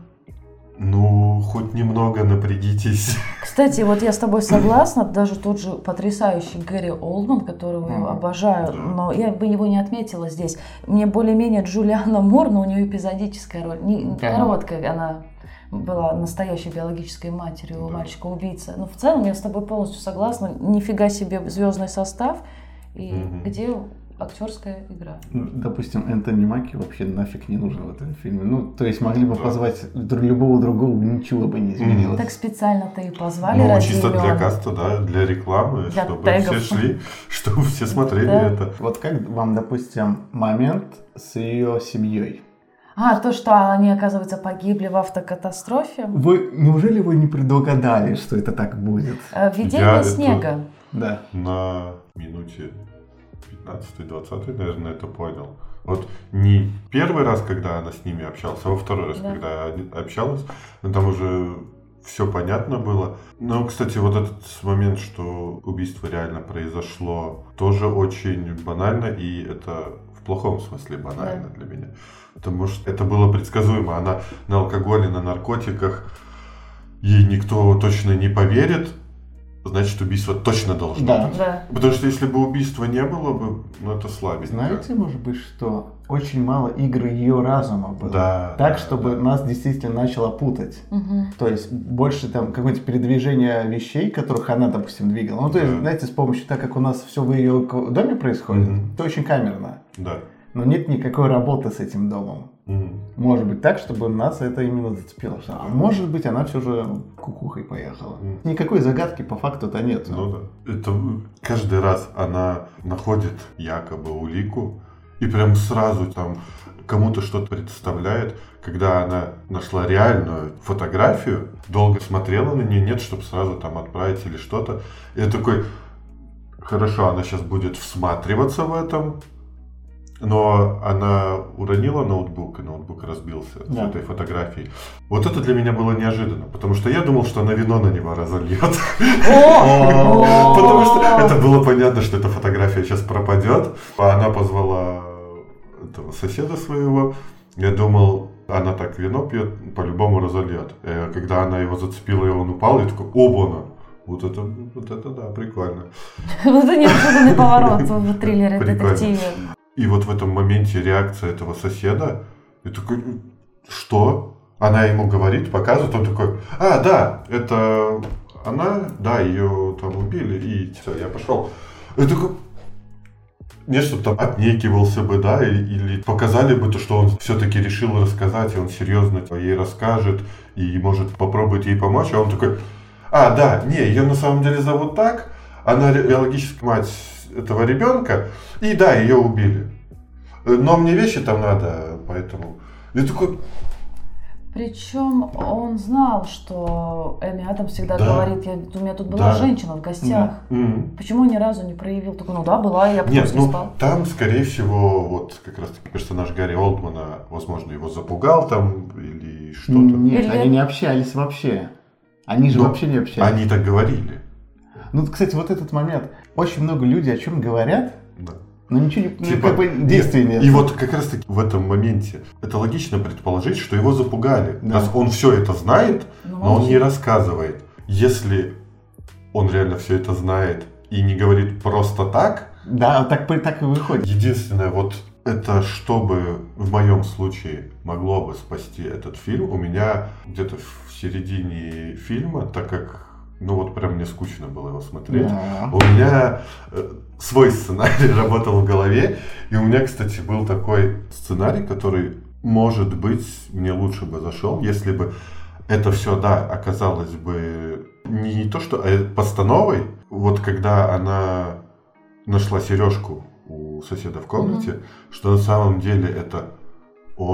ну, хоть немного напрягитесь. Кстати, вот я с тобой согласна, даже тот же потрясающий Гэри Олдман, которого mm-hmm. я обожаю, да. но я бы его не отметила здесь. Мне более-менее Джулиана Мур, но у нее эпизодическая роль, не mm-hmm. короткая, она была настоящей биологической матерью да. мальчика-убийцы. Но в целом я с тобой полностью согласна, нифига себе звездный состав, и mm-hmm. где актерская игра. Допустим, Энтони Маки вообще нафиг не нужен в этом фильме. Ну, то есть могли бы да. позвать любого другого, ничего бы не изменилось. Так специально-то и позвали. Ну, чисто имен. Для каста, да, для рекламы, для чтобы тегов. Все шли, чтобы все смотрели да. это. Вот как вам, допустим, момент с ее семьей? А, то, что они, оказывается, погибли в автокатастрофе? Вы, неужели вы не предугадали, что это так будет? Видение Я снега. Это да. На минуте пятнадцатой-двадцатой, наверное, это понял. Вот не первый раз, когда она с ними общалась, а во второй раз, да. когда общалась, ну, там уже все понятно было. Но, кстати, вот этот момент, что убийство реально произошло, тоже очень банально, и это в плохом смысле банально да. для меня. Потому что это было предсказуемо. Она на алкоголе, на наркотиках, ей никто точно не поверит. Значит, убийство точно должно да. быть. Да. Потому что если бы убийства не было бы, ну это слабенько. Знаете, может быть, что очень мало игр ее разума было. Да, так, да, чтобы да. нас действительно начало путать. Угу. То есть больше там какое-нибудь передвижение вещей, которых она, допустим, двигала. Ну, то есть, да. знаете, с помощью, так как у нас все в ее доме происходит, угу. это очень камерно. Да. Но нет никакой работы с этим домом. Угу. Может быть так, чтобы нас это именно зацепило. А может быть, она все же кукухой поехала. Mm. Никакой загадки по факту-то нет. Ну да. Это каждый раз она находит якобы улику и прям сразу там кому-то что-то представляет. Когда она нашла реальную фотографию, долго смотрела на нее, нет, чтобы сразу там отправить или что-то. И я такой, хорошо, она сейчас будет всматриваться в этом. Но она уронила ноутбук, и ноутбук разбился да. с этой фотографией. Вот это для меня было неожиданно, потому что я думал, что она вино на него разольет. Потому что это было понятно, что эта фотография сейчас пропадет. А она позвала этого соседа своего. Я думал, она так вино пьет, по-любому разольет. Когда она его зацепила, и он упал, я такой, оба-на! Вот это, вот это да, прикольно. Вот это неожиданный поворот в триллере-детективе. И вот в этом моменте реакция этого соседа, я такой, что? Она ему говорит, показывает, он такой, а, да, это она, да, ее там убили, и все, я пошел. Я такой, не, что там отнекивался бы, да, или показали бы то, что он все-таки решил рассказать, и он серьезно ей расскажет, и может попробует ей помочь, а он такой, а, да, не, ее на самом деле зовут так, она биологическая мать этого ребенка, и да, ее убили. Но мне вещи там надо, поэтому... Я такой... Причем он знал, что Эми Адамс всегда да. говорит, я, у меня тут была да. женщина в гостях. Mm-hmm. Почему ни разу не проявил? Такой, ну да, была, я потом Нет, с ней ну, спал. Там, скорее всего, вот как раз таки персонаж Гарри Олдмана, возможно, его запугал там или что-то. Нет, или... они не общались вообще. Они же Но вообще не общались. Они так говорили. Ну, кстати, вот этот момент. Очень много людей о чем говорят, да. но ничего не, типа, ну, как бы действия нет. И вот как раз таки в этом моменте это логично предположить, что его запугали. Да. Раз он все это знает, но, но он не рассказывает. Если он реально все это знает и не говорит просто так. Да, так, так и выходит. Единственное, вот это, чтобы в моем случае могло бы спасти этот фильм, у меня где-то в середине фильма, так как ну вот прям мне скучно было его смотреть. Да. У меня э, свой сценарий работал в голове. И у меня, кстати, был такой сценарий, который, может быть, мне лучше бы зашел, если бы это все, да, оказалось бы не то, что а постановой. Вот когда она нашла сережку у соседа в комнате, mm-hmm. что на самом деле это он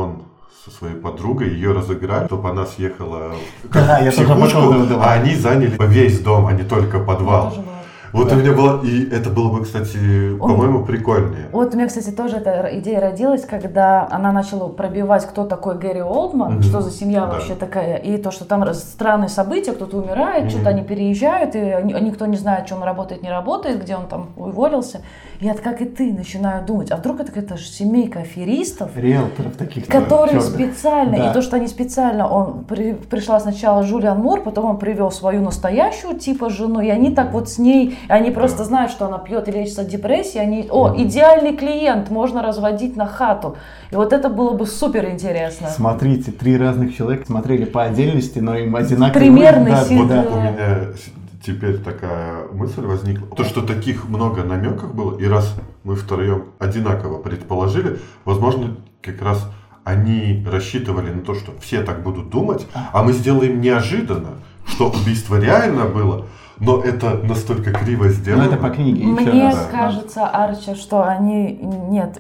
со своей подругой, ее разыграли, чтобы она съехала да, в психушку, а они заняли весь дом, а не только подвал. Вот да. У меня было, и это было бы, кстати, Он, по-моему, прикольнее. Вот у меня, кстати, тоже эта идея родилась, когда она начала пробивать, кто такой Гэри Олдман, mm-hmm. что за семья да. вообще такая, и то, что там странные события, кто-то умирает, mm-hmm. что-то они переезжают, и никто не знает, что он работает, не работает, где он там уволился. И я, как и ты, начинаю думать, а вдруг это какая-то же семейка аферистов, риэлторов таких, которые да, специально, да. и то, что они специально, он при, пришла сначала Джулиан Мур, потом он привел свою настоящую типа жену, и они так вот с ней, они просто знают, что она пьет и лечится от депрессии, они, о, идеальный клиент, можно разводить на хату. И вот это было бы супер интересно. Смотрите, три разных человека смотрели по отдельности, но им одинаково. Примерный да, ситуация. Вот да. У меня теперь такая мысль возникла. То, что таких много намеков было, и раз мы втроем одинаково предположили, возможно, как раз они рассчитывали на то, что все так будут думать, а мы сделаем неожиданно, что убийство реально было. Но это настолько криво сделано. Но это по книге. Мне да. кажется, Арчи, что они... Нет,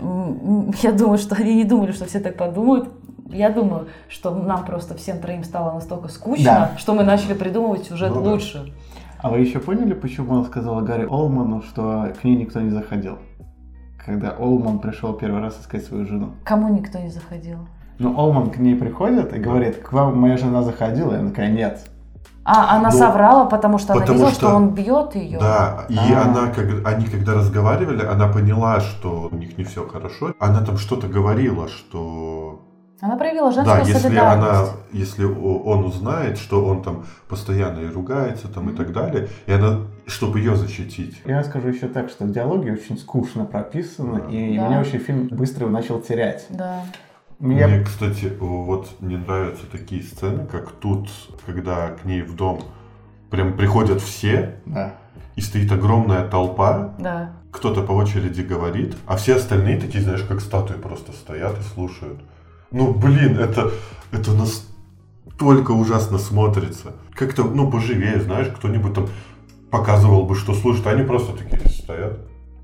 я думаю, что они не думали, что все так подумают. Я думаю, что нам просто всем троим стало настолько скучно, да. что мы начали придумывать сюжет ну, лучше. Да. А вы еще поняли, почему она сказала Гарри Олдману, что к ней никто не заходил? Когда Олдман пришел первый раз искать свою жену. Кому никто не заходил? Ну, Олдман к ней приходит и говорит, к вам моя жена заходила? И она такая, нет. А, она ну, соврала, потому что потому она видела, что, что он бьет ее. Да, и А-а-а. она, как, они когда разговаривали, она поняла, что у них не все хорошо. Она там что-то говорила, что... Она проявила женскую да, если солидарность. Она, если он узнает, что он там постоянно и ругается там, mm-hmm. и так далее, и она, чтобы ее защитить. Я скажу еще так, что диалоги очень скучно прописаны, да. и да. меня вообще фильм быстро его начал терять. Да. Мне, Мне, кстати, вот не нравятся такие сцены, как тут, когда к ней в дом прям приходят все, да. и стоит огромная толпа, да. кто-то по очереди говорит, а все остальные такие, знаешь, как статуи просто стоят и слушают. Ну, блин, это, это настолько ужасно смотрится. Как-то, ну, поживее, знаешь, кто-нибудь там показывал бы, что слушает, а они просто такие стоят.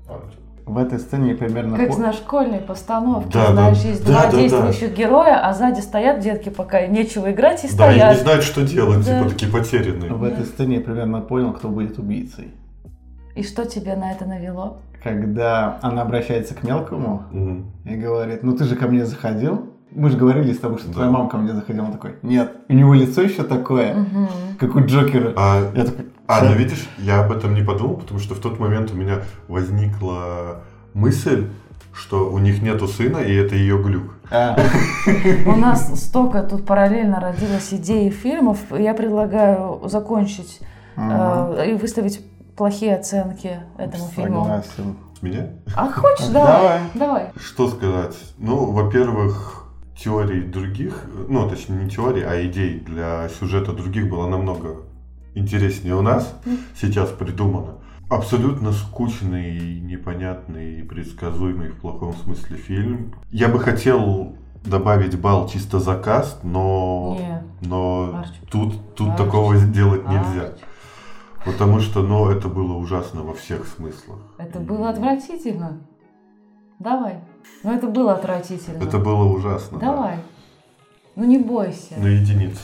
В этой сцене примерно... Как на школьной постановке, да, знаешь, да, есть да, два да, действующих да. героя, а сзади стоят детки, пока нечего играть, и да, стоят. Да, и не знают, что делать, да. типа такие потерянные. В этой сцене я примерно понял, кто будет убийцей. И что тебе на это навело? Когда она обращается к мелкому угу. и говорит, ну ты же ко мне заходил? Мы же говорили с тобой, что да. твоя мама ко мне заходила. Он такой, нет. У него лицо еще такое, угу. как у Джокера. А, я такой, а ну видишь, я об этом не подумал, потому что в тот момент у меня возникла мысль, что у них нету сына, и это ее глюк. А. У нас столько тут параллельно родилось идей фильмов. Я предлагаю закончить э, и выставить плохие оценки этому фильму. Согласен. С меня? А хочешь, давай. Давай. Что сказать? Ну, во-первых, теорий других, ну, точнее, не теорий, а идей для сюжета других было намного интереснее у нас. Сейчас придумано. Абсолютно скучный, непонятный, предсказуемый в плохом смысле фильм. Я бы хотел добавить балл чисто за каст, но, Нет. но Арчи. тут, тут Арчи. такого сделать нельзя. Арчи. Потому что, ну, это было ужасно во всех смыслах. Это было отвратительно. Давай. Ну, это было отвратительно. Это было ужасно. Давай. Да. Ну, не бойся. На единицу.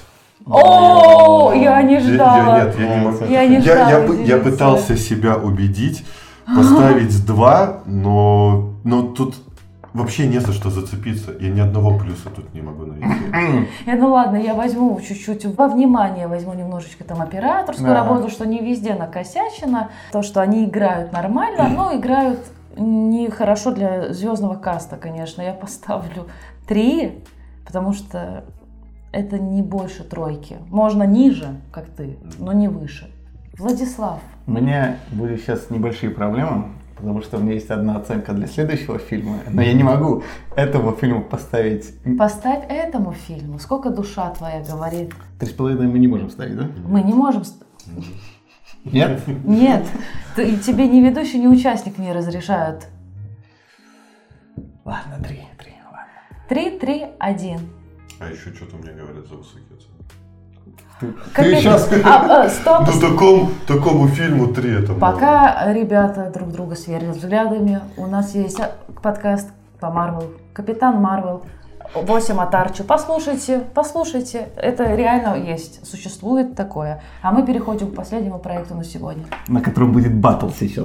О, я не ждала. Я, нет, я не могу. Я, не я, ждала я, я пытался себя убедить, поставить два, но, но тут вообще не за что зацепиться. Я ни одного плюса тут не могу найти. Я, ну ладно, я возьму чуть-чуть во внимание, возьму немножечко там операторскую да. работу, что не везде накосячено. То, что они играют нормально, но играют не хорошо для звездного каста, конечно. Я поставлю три, потому что это не больше тройки. Можно ниже, как ты, но не выше. Владислав. У меня будут сейчас небольшие проблемы, потому что у меня есть одна оценка для следующего фильма, но я не могу этому фильму поставить... Поставь этому фильму. Сколько душа твоя говорит? Три с половиной мы не можем ставить, да? Мы не можем... Нет? Нет. Ты, тебе ни ведущий, ни участник не разрешают. Ладно, три, три, ладно. Три, три, один. А еще что-то мне говорят за высокие оценки. Ты, как ты это... сейчас... А, а, стоп. Ну, такому, такому фильму три это Пока много. Ребята друг друга сверлят взглядами, у нас есть подкаст по Марвел. Капитан Марвел. восемь от Арчи. Послушайте, послушайте. Это реально есть, существует такое. А мы переходим к последнему проекту на сегодня. На котором будет баттл сейчас.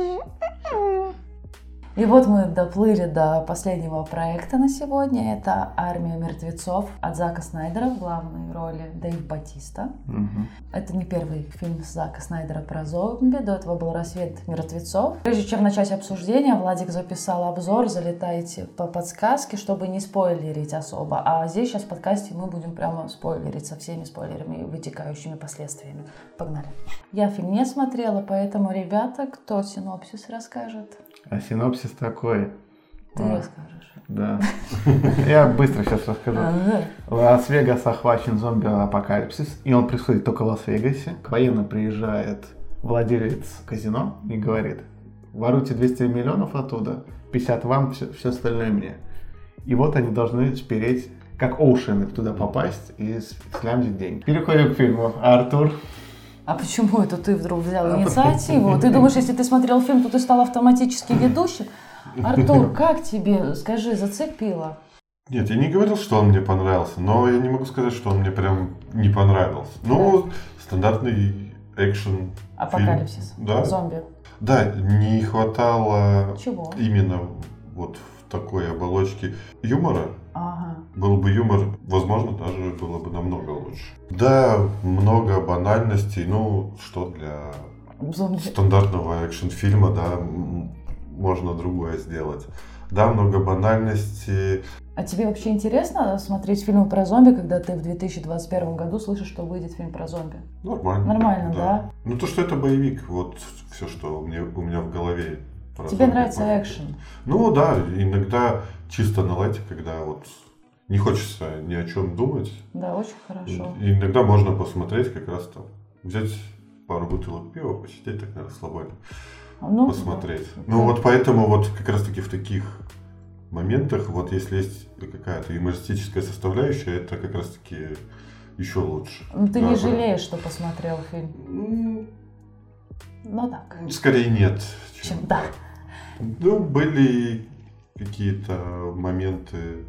И вот мы доплыли до последнего проекта на сегодня. Это «Армия мертвецов» от Зака Снайдера в главной роли Дэйв Батиста. Угу. Это не первый фильм Зака Снайдера про зомби. До этого был «Рассвет мертвецов». Прежде чем начать обсуждение, Владик записал обзор. Залетайте по подсказке, чтобы не спойлерить особо. А здесь сейчас в подкасте мы будем прямо спойлерить со всеми спойлерами и вытекающими последствиями. Погнали. Я фильм не смотрела, поэтому, ребята, кто синопсис расскажет? А синопсис такой. Ты а, расскажешь. Да. Я быстро сейчас расскажу. А, да. Лас-Вегас охвачен зомби-апокалипсис, и он происходит только в Лас-Вегасе. К военным приезжает владелец казино и говорит: воруйте двести миллионов оттуда, пятьдесят вам, все, все остальное мне. И вот они должны спереть, как Оушены, туда попасть и слямзить деньги. Переходим к фильму. Артур. А почему это ты вдруг взял инициативу? Ты думаешь, если ты смотрел фильм, то ты стал автоматически ведущим? Артур, как тебе, скажи, зацепило? Нет, я не говорил, что он мне понравился, но я не могу сказать, что он мне прям не понравился. Ну, да. Стандартный экшен. Апокалипсис. Фильм. Да. Зомби. Да, не хватало Чего? Именно вот в такой оболочке юмора. Ага. Был бы юмор, возможно, даже было бы намного лучше. Да, много банальностей, ну, что для зомби. Стандартного экшн-фильма, да, можно другое сделать. Да, много банальностей. А тебе вообще интересно смотреть фильмы про зомби, когда ты в две тысячи двадцать первом году слышишь, что выйдет фильм про зомби? Нормально. Нормально, да? да? Ну, то, что это боевик, вот все, что у меня, у меня в голове. Тебе нравится экшен? Ну да, иногда чисто на лайте, когда вот не хочется ни о чем думать. Да, очень хорошо. И иногда можно посмотреть как раз там, взять пару бутылок пива, посидеть так на расслабоне, ну, посмотреть. Да. Ну вот поэтому вот как раз таки в таких моментах, вот если есть какая-то юмористическая составляющая, это как раз таки еще лучше. Ну ты да, не жалеешь, что посмотрел фильм? Ну так. Скорее нет. Чем, чем да. Ну, были какие-то моменты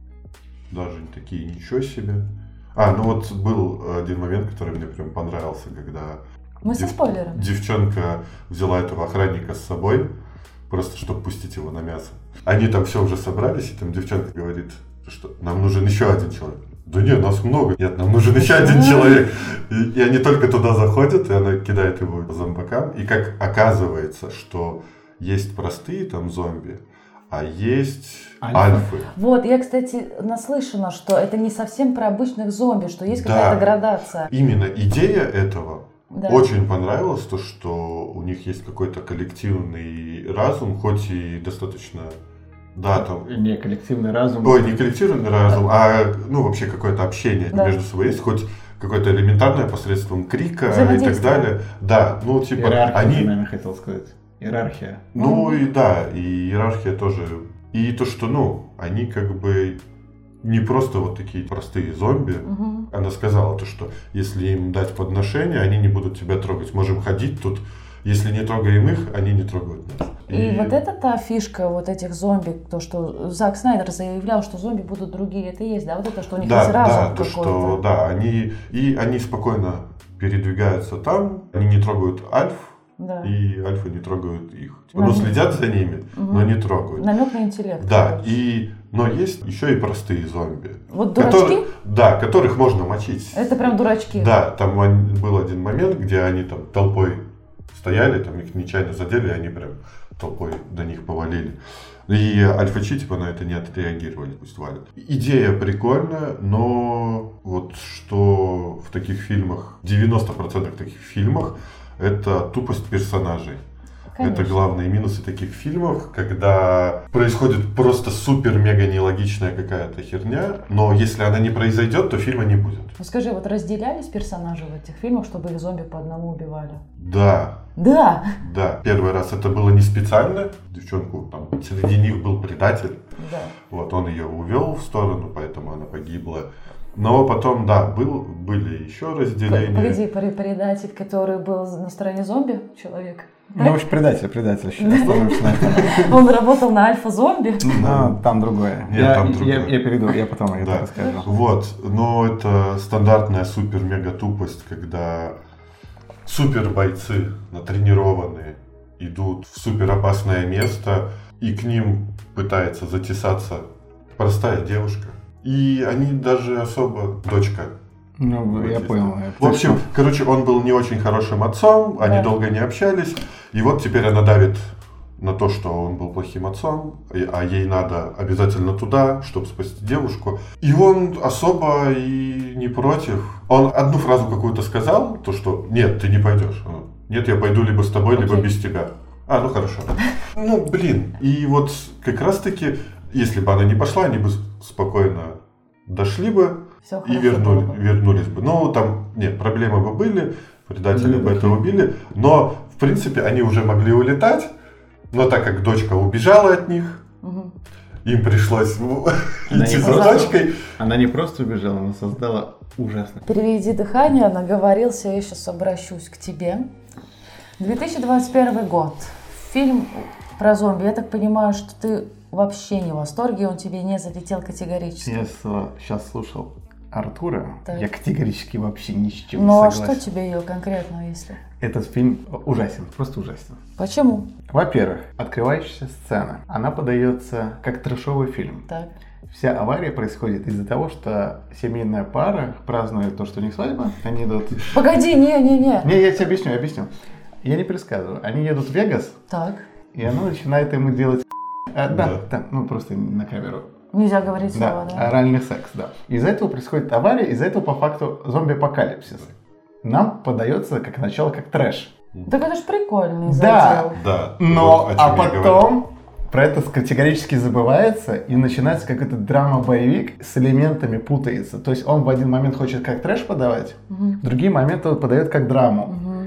даже такие ничего себе. А, ну вот был один момент, который мне прям понравился, когда Мы дев... со спойлером. девчонка взяла этого охранника с собой, просто чтобы пустить его на мясо. Они там все уже собрались, и там девчонка говорит, что нам нужен еще один человек. Да нет, нас много. Нет, нам нужен еще один человек. И, и они только туда заходят, и она кидает его зомбакам. И как оказывается, что есть простые там зомби, а есть альфы. альфы. Вот, я, кстати, наслышана, что это не совсем про обычных зомби, что есть какая-то да, градация. Именно идея этого да. очень понравилась, то, что у них есть какой-то коллективный разум, хоть и достаточно... Да, там... Не коллективный разум. Ой, не коллективный разум, а ну вообще какое-то общение да. между собой есть, хоть какое-то элементарное посредством крика и так далее. Да, ну типа иерархия, они... ты, наверное, хотел сказать. Иерархия. Ну и да, и иерархия тоже. И то, что, ну, они как бы не просто вот такие простые зомби. Угу. Она сказала то, что если им дать подношение, они не будут тебя трогать. Можем ходить тут. Если не трогаем их, они не трогают нас. И, и вот это та фишка вот этих зомби, то, что Зак Снайдер заявлял, что зомби будут другие, это и есть, да? Вот это, что у них да, есть разум да, какой-то. То, что, да, они, и они спокойно передвигаются там, они не трогают альф, да. и альфы не трогают их. Ну, следят за ними, угу. но не трогают. Намек на интеллект. Да, и, но есть еще и простые зомби. Вот дурачки? Которые, да, которых можно мочить. Это прям дурачки. Да, там был один момент, где они там толпой стояли, там их нечаянно задели, и они прям толпой до них повалили. И альфачи типа на это не отреагировали, пусть валят. Идея прикольная, но вот что в таких фильмах, девяносто процентов таких фильмах, это тупость персонажей. Конечно. Это главные минусы таких фильмов, когда происходит просто супер-мега нелогичная какая-то херня, но если она не произойдет, то фильма не будет. Ну скажи, вот разделялись персонажи в этих фильмах, чтобы их зомби по одному убивали? Да. Да? Да. Первый раз это было не специально. Девчонку, там, среди них был предатель. Да. Вот, он ее увел в сторону, поэтому она погибла. Но потом, да, был, были еще разделения. Погоди, предатель, который был на стороне зомби, человек. Ну, в общем, предатель, предатель. Остановимся на этом. Он работал на альфа-зомби? Ну, там другое. Нет, я, там другое. Я, я перейду, я потом это да. расскажу. Вот, но это стандартная супер-мега-тупость, когда супер-бойцы, натренированные, идут в суперопасное место, и к ним пытается затесаться простая девушка. И они даже особо... Дочка. Ну, я понял. В общем, короче, он был не очень хорошим отцом, они да. долго не общались, и вот теперь она давит на то, что он был плохим отцом, а ей надо обязательно туда, чтобы спасти девушку. И он особо и не против. Он одну фразу какую-то сказал, то что «нет, ты не пойдешь». «Нет, я пойду либо с тобой, либо okay. без тебя». А, ну хорошо. Ну, блин. И вот как раз-таки, если бы она не пошла, они бы спокойно дошли бы Все и вернули, вернулись бы. Ну, там, нет, проблемы бы были, предатели бы это убили, но, в принципе, они уже могли улетать, но так как дочка убежала от них, угу. им пришлось идти за дочкой. Она не просто убежала, она создала ужасно. Переведи дыхание, наговорился, я сейчас обращусь к тебе. две тысячи двадцать первый год. Фильм про зомби. Я так понимаю, что ты вообще не в восторге, он тебе не залетел категорически. Я сейчас слушал Артура, так. я категорически вообще ни с чем ну, не согласен. Ну а что тебе ее конкретно, если? Этот фильм ужасен, просто ужасен. Почему? Во-первых, открывающаяся сцена, она подается как трэшовый фильм. Так. Вся авария происходит из-за того, что семейная пара празднует то, что у них свадьба, они идут... Погоди, не-не-не. Не, я тебе объясню, я объясню. Я не пересказываю. Они едут в Вегас, так. и она начинает ему делать... А, да, да. да, ну просто на камеру. Нельзя говорить да, слова, да? Оральный секс, да. Из-за этого происходит авария, из-за этого по факту зомби-апокалипсис. Нам подается как начало, как трэш. Так это ж прикольный да, задел. Да, но, вот а потом про это категорически забывается и начинается какой-то драма-боевик с элементами путается. То есть он в один момент хочет как трэш подавать, угу. в другие моменты он подает как драму. Угу.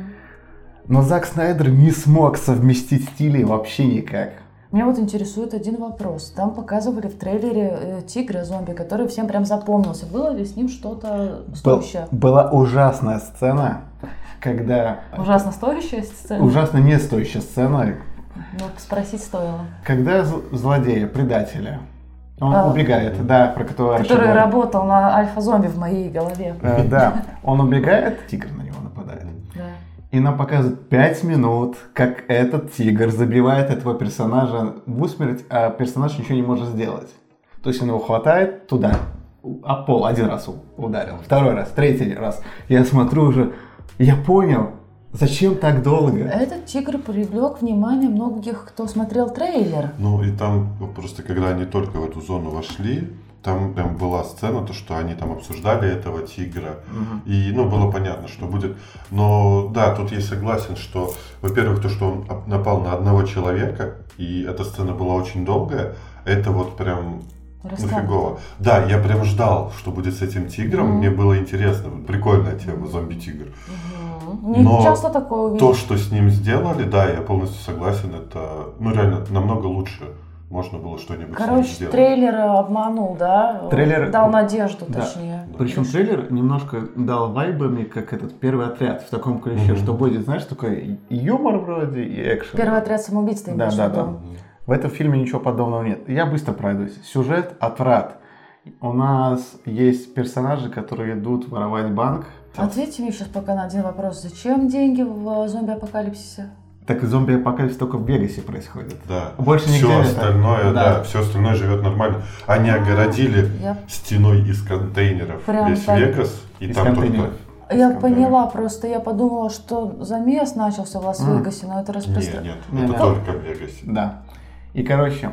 Но Зак Снайдер не смог совместить стили вообще никак. Меня вот интересует один вопрос. Там показывали в трейлере э, тигра зомби, который всем прям запомнился. Было ли с ним что-то стоящее? Был, была ужасная сцена, когда... Ужасно стоящая сцена? Ужасно не стоящая сцена. Ну, спросить стоило. Когда злодея, предателя, он а, убегает, да, про которого... Который работал на альфа-зомби в моей голове. Э, да, он убегает, тигр на него нападает. Да. И нам показывают пять минут, как этот тигр забивает этого персонажа в усмерть, а персонаж ничего не может сделать. То есть он его хватает туда, а пол один раз ударил, второй раз, третий раз. Я смотрю уже, я понял, зачем так долго. Этот тигр привлек внимание многих, кто смотрел трейлер. Ну и там просто, когда они только в эту зону вошли, там прям была сцена, то, что они там обсуждали этого тигра. Uh-huh. И, ну, было понятно, что будет. Но, да, тут я согласен, что, во-первых, то, что он напал на одного человека, и эта сцена была очень долгая, это вот прям, ну, фигово. Да, я прям ждал, что будет с этим тигром. Uh-huh. Мне было интересно. Прикольная тема, зомби-тигр. Uh-huh. Не Но часто такое увидишь. То, что с ним сделали, да, я полностью согласен, это, ну, реально, намного лучше. Можно было что-нибудь Короче, сделать. Трейлер обманул, да? Трейлер... Дал надежду, да. точнее. Да. Причем трейлер немножко дал вайбами, как этот первый отряд, в таком ключе, mm-hmm. что будет, знаешь, такой юмор вроде и экшен. Первый отряд самоубийц, ты имеешь в виду? Да, да, да. В этом фильме ничего подобного нет. Я быстро пройдусь. Сюжет отврат. У нас есть персонажи, которые идут воровать банк. Ответьте мне сейчас пока на один вопрос. Зачем деньги в зомби-апокалипсисе? Так зомби-апокалипсис только в Вегасе происходит. Да. Больше нигде все нет. остальное, да. да, все остальное живет нормально. Они огородили Я... стеной из контейнеров Прям весь так... Вегас, и из там только... Я поняла, просто я подумала, что замес начался в Лас-Вегасе, mm. но это распространено. Нет, нет, это нет. только в Вегасе. Да. И, короче,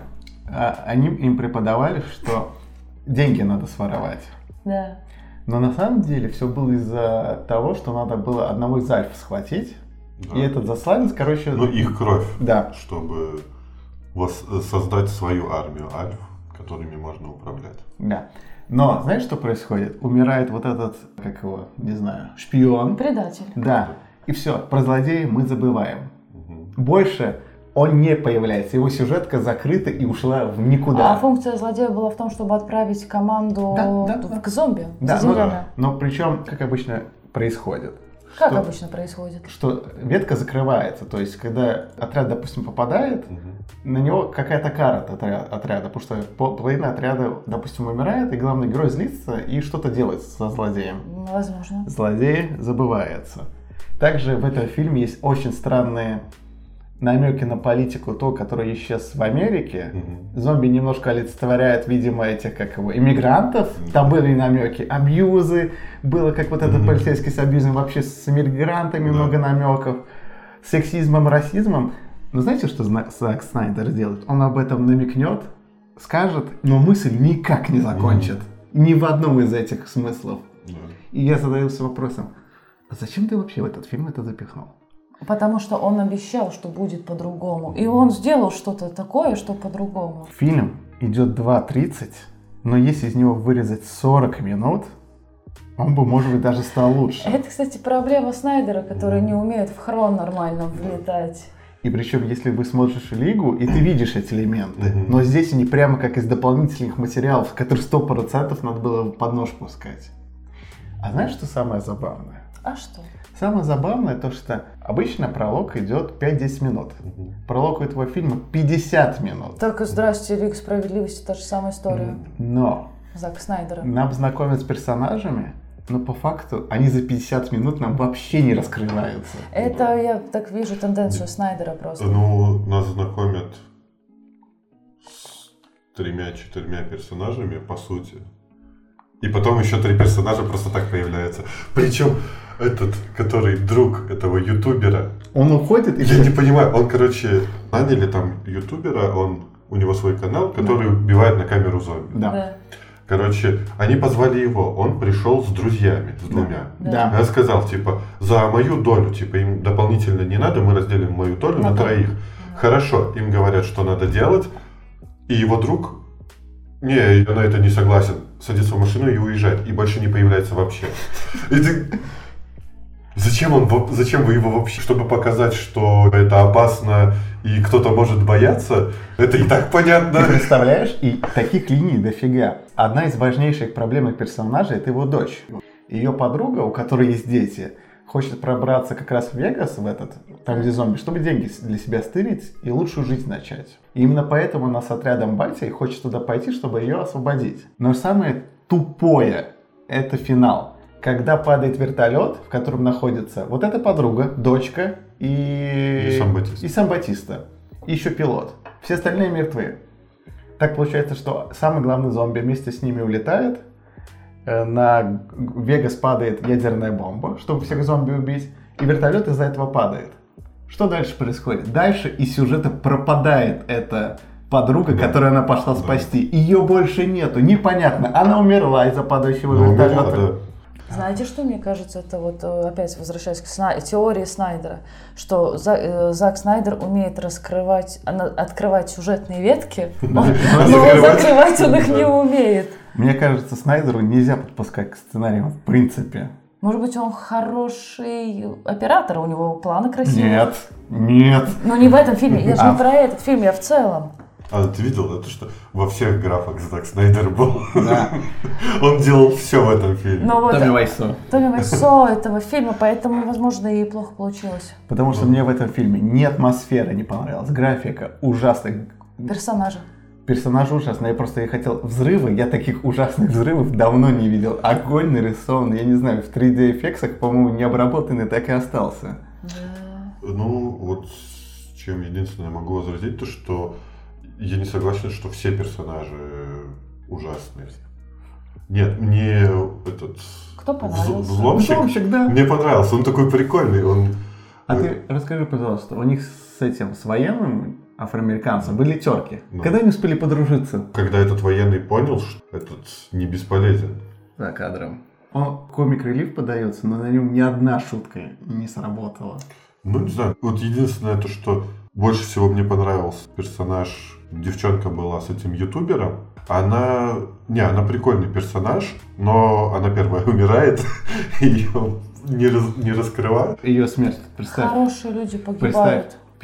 они им преподавали, что деньги надо своровать. Да. Но на самом деле все было из-за того, что надо было одного из альф схватить. Да. И этот засланец, короче... Ну, их кровь. Да. Чтобы создать свою армию альф, которыми можно управлять. Да. Но знаешь, что происходит? Умирает вот этот, как его, не знаю, шпион. Предатель. Да. И все, про злодея мы забываем. Угу. Больше он не появляется. Его сюжетка закрыта и ушла в никуда. А функция злодея была в том, чтобы отправить команду да, да, да. к зомби? Да, но, но причем, как обычно происходит. Как что, обычно происходит? Что ветка закрывается. То есть, когда отряд, допустим, попадает, угу. на него какая-то кара от отряда, отряда. Потому что половина отряда, допустим, умирает, и главный герой злится и что-то делает со злодеем. Возможно. Злодей забывается. Также в этом фильме есть очень странные намеки на политику, то, который исчез в Америке. Mm-hmm. Зомби немножко олицетворяет, видимо, этих, как его, иммигрантов. Mm-hmm. Там были намеки, абьюзы. Было как вот этот mm-hmm. полицейский с абьюзом, вообще с иммигрантами mm-hmm. много намеков. Сексизмом, расизмом. Но знаете, что Зак Снайдер делает? Он об этом намекнет, скажет, но мысль никак не закончит. Mm-hmm. Ни в одном из этих смыслов. Mm-hmm. И я задаюсь вопросом, а зачем ты вообще в этот фильм это запихнул? Потому что он обещал, что будет по-другому. И он сделал что-то такое, что по-другому. Фильм идет два тридцать, но если из него вырезать сорок минут, он бы, может быть, даже стал лучше. Это, кстати, проблема Снайдера, который не умеет в хрон нормально влетать. И причем, если вы смотришь Лигу, и ты видишь эти элементы, но здесь они прямо как из дополнительных материалов, которые сто процентов надо было под нож пускать. А знаешь, что самое забавное? А что? Самое забавное то, что обычно пролог идет пять-десять минут. Mm-hmm. Пролог у этого фильма пятьдесят минут. Так, здрасте, Лига справедливости, та же самая история. Но Зак Снайдера. Нам знакомят с персонажами, но по факту они за пятьдесят минут нам вообще не раскрываются. Это я так вижу тенденцию Снайдера просто. Ну, нас знакомят с тремя-четырьмя персонажами, по сути. И потом еще три персонажа просто так появляются. Причем этот, который друг этого ютубера. Он уходит? Я не понимаю, он, короче, наняли там ютубера, он, у него свой канал, который да. убивает на камеру зомби. Да. да. Короче, они позвали его, он пришел с друзьями, с двумя. Да. Я сказал, типа, за мою долю, типа, им дополнительно не надо, мы разделим мою долю на, на троих. Да. Хорошо, им говорят, что надо делать, и его друг, не, я на это не согласен, садится в машину и уезжает, и больше не появляется вообще. И ты... Зачем он, зачем вы его вообще? Чтобы показать, что это опасно и кто-то может бояться, это и так понятно. Ты представляешь? И таких линий дофига. Одна из важнейших проблем персонажа — это его дочь. Ее подруга, у которой есть дети, хочет пробраться как раз в Вегас, в этот, там где зомби, чтобы деньги для себя стырить и лучшую жизнь начать. И именно поэтому она с отрядом Бати хочет туда пойти, чтобы ее освободить. Но самое тупое — это финал. Когда падает вертолет, в котором находится вот эта подруга, дочка и... И сам Батиста. И сам Батиста. И еще пилот. Все остальные мертвы. Так получается, что самый главный зомби вместе с ними улетает. На Вегас падает ядерная бомба, чтобы всех зомби убить. И вертолет из-за этого падает. Что дальше происходит? Дальше из сюжета пропадает эта подруга, да. которую она пошла да. спасти. Ее больше нету. Непонятно. Она умерла из-за падающего ну, вертолета. Да. Знаете, что мне кажется, это вот опять возвращаясь к Сна... теории Снайдера, что Зак Снайдер умеет раскрывать, открывать сюжетные ветки, но закрывать он их не умеет. Мне кажется, Снайдеру нельзя подпускать к сценариям в принципе. Может быть, он хороший оператор, у него планы красивые? Нет, нет. Но не в этом фильме, я же не про этот фильм, я в целом. А ты видел, это что во всех графах Зак Снайдер был? Да. Он делал все в этом фильме. Вот Томми Вайсо. Томми Вайсо этого фильма, поэтому, возможно, и плохо получилось. Потому что мне в этом фильме ни атмосфера не понравилась, графика ужасная. Персонажи. Персонажи ужасные. Я просто я хотел взрывы, я таких ужасных взрывов давно не видел. Огонь нарисован, я не знаю, в три дэ эффектах, по-моему, не обработанный, так и остался. Да. Ну, вот с чем единственное могу возразить, то что я не согласен, что все персонажи ужасные. Нет, мне этот... Кто понравился? Взломщик, Взломщик, да. Мне понравился, он такой прикольный. Он... А ты расскажи, пожалуйста, у них с этим, с военным афроамериканцем были терки. Ну, когда они успели подружиться? Когда этот военный понял, что этот не бесполезен. За кадром. Он комик-релив подается, но на нем ни одна шутка не сработала. Ну, не знаю. Вот единственное то, что больше всего мне понравился персонаж... Девчонка была с этим ютубером. Она... Не, она прикольный персонаж, но она первая умирает. Ее не, раз... не раскрывают. Ее смерть, представь. Хорошие люди погибают. Представь,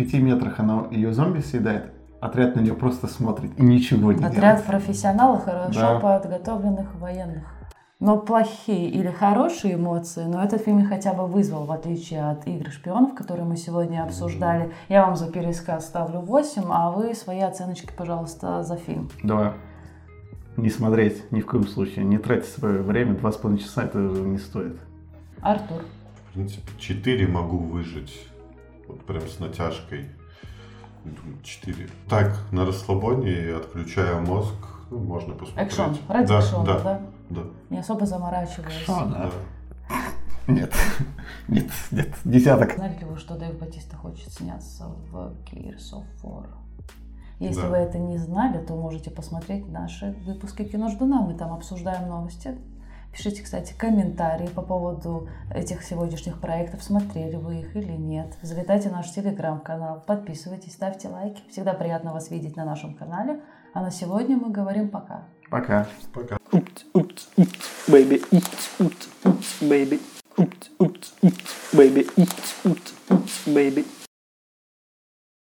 пяти метрах она ее зомби съедает, отряд на нее просто смотрит и ничего не Отряд делает. Отряд профессионалов, хорошо Да. подготовленных военных. Но плохие или хорошие эмоции, но этот фильм хотя бы вызвал, в отличие от «Игры шпионов», которые мы сегодня обсуждали. Я вам за пересказ ставлю восемь, а вы свои оценочки, пожалуйста, за фильм. Два. Не смотреть ни в коем случае. Не тратить свое время. Два с половиной часа это не стоит. Артур. В принципе, четыре могу выжить. Вот прям с натяжкой. Четыре. Так, на расслабоне, отключая мозг, ну, можно посмотреть. Экшон. Ради да, экшона, да, да? Да. Не особо заморачиваясь. Да. Да. Нет. Нет, нет. Десяток. Знали ли вы, что Дэйв Батиста хочет сняться в Gears of War? Если Да. вы это не знали, то можете посмотреть наши выпуски «Кино-ждуна». Мы там обсуждаем новости. Пишите, кстати, комментарии по поводу этих сегодняшних проектов. Смотрели вы их или нет. Залетайте в наш телеграм-канал, подписывайтесь, ставьте лайки. Всегда приятно вас видеть на нашем канале. А на сегодня мы говорим пока. Пока. Пока. Oops, oops, oops, baby, oops, oops, oops, baby, oops, oops, oops, baby, oops, oops, oops, baby.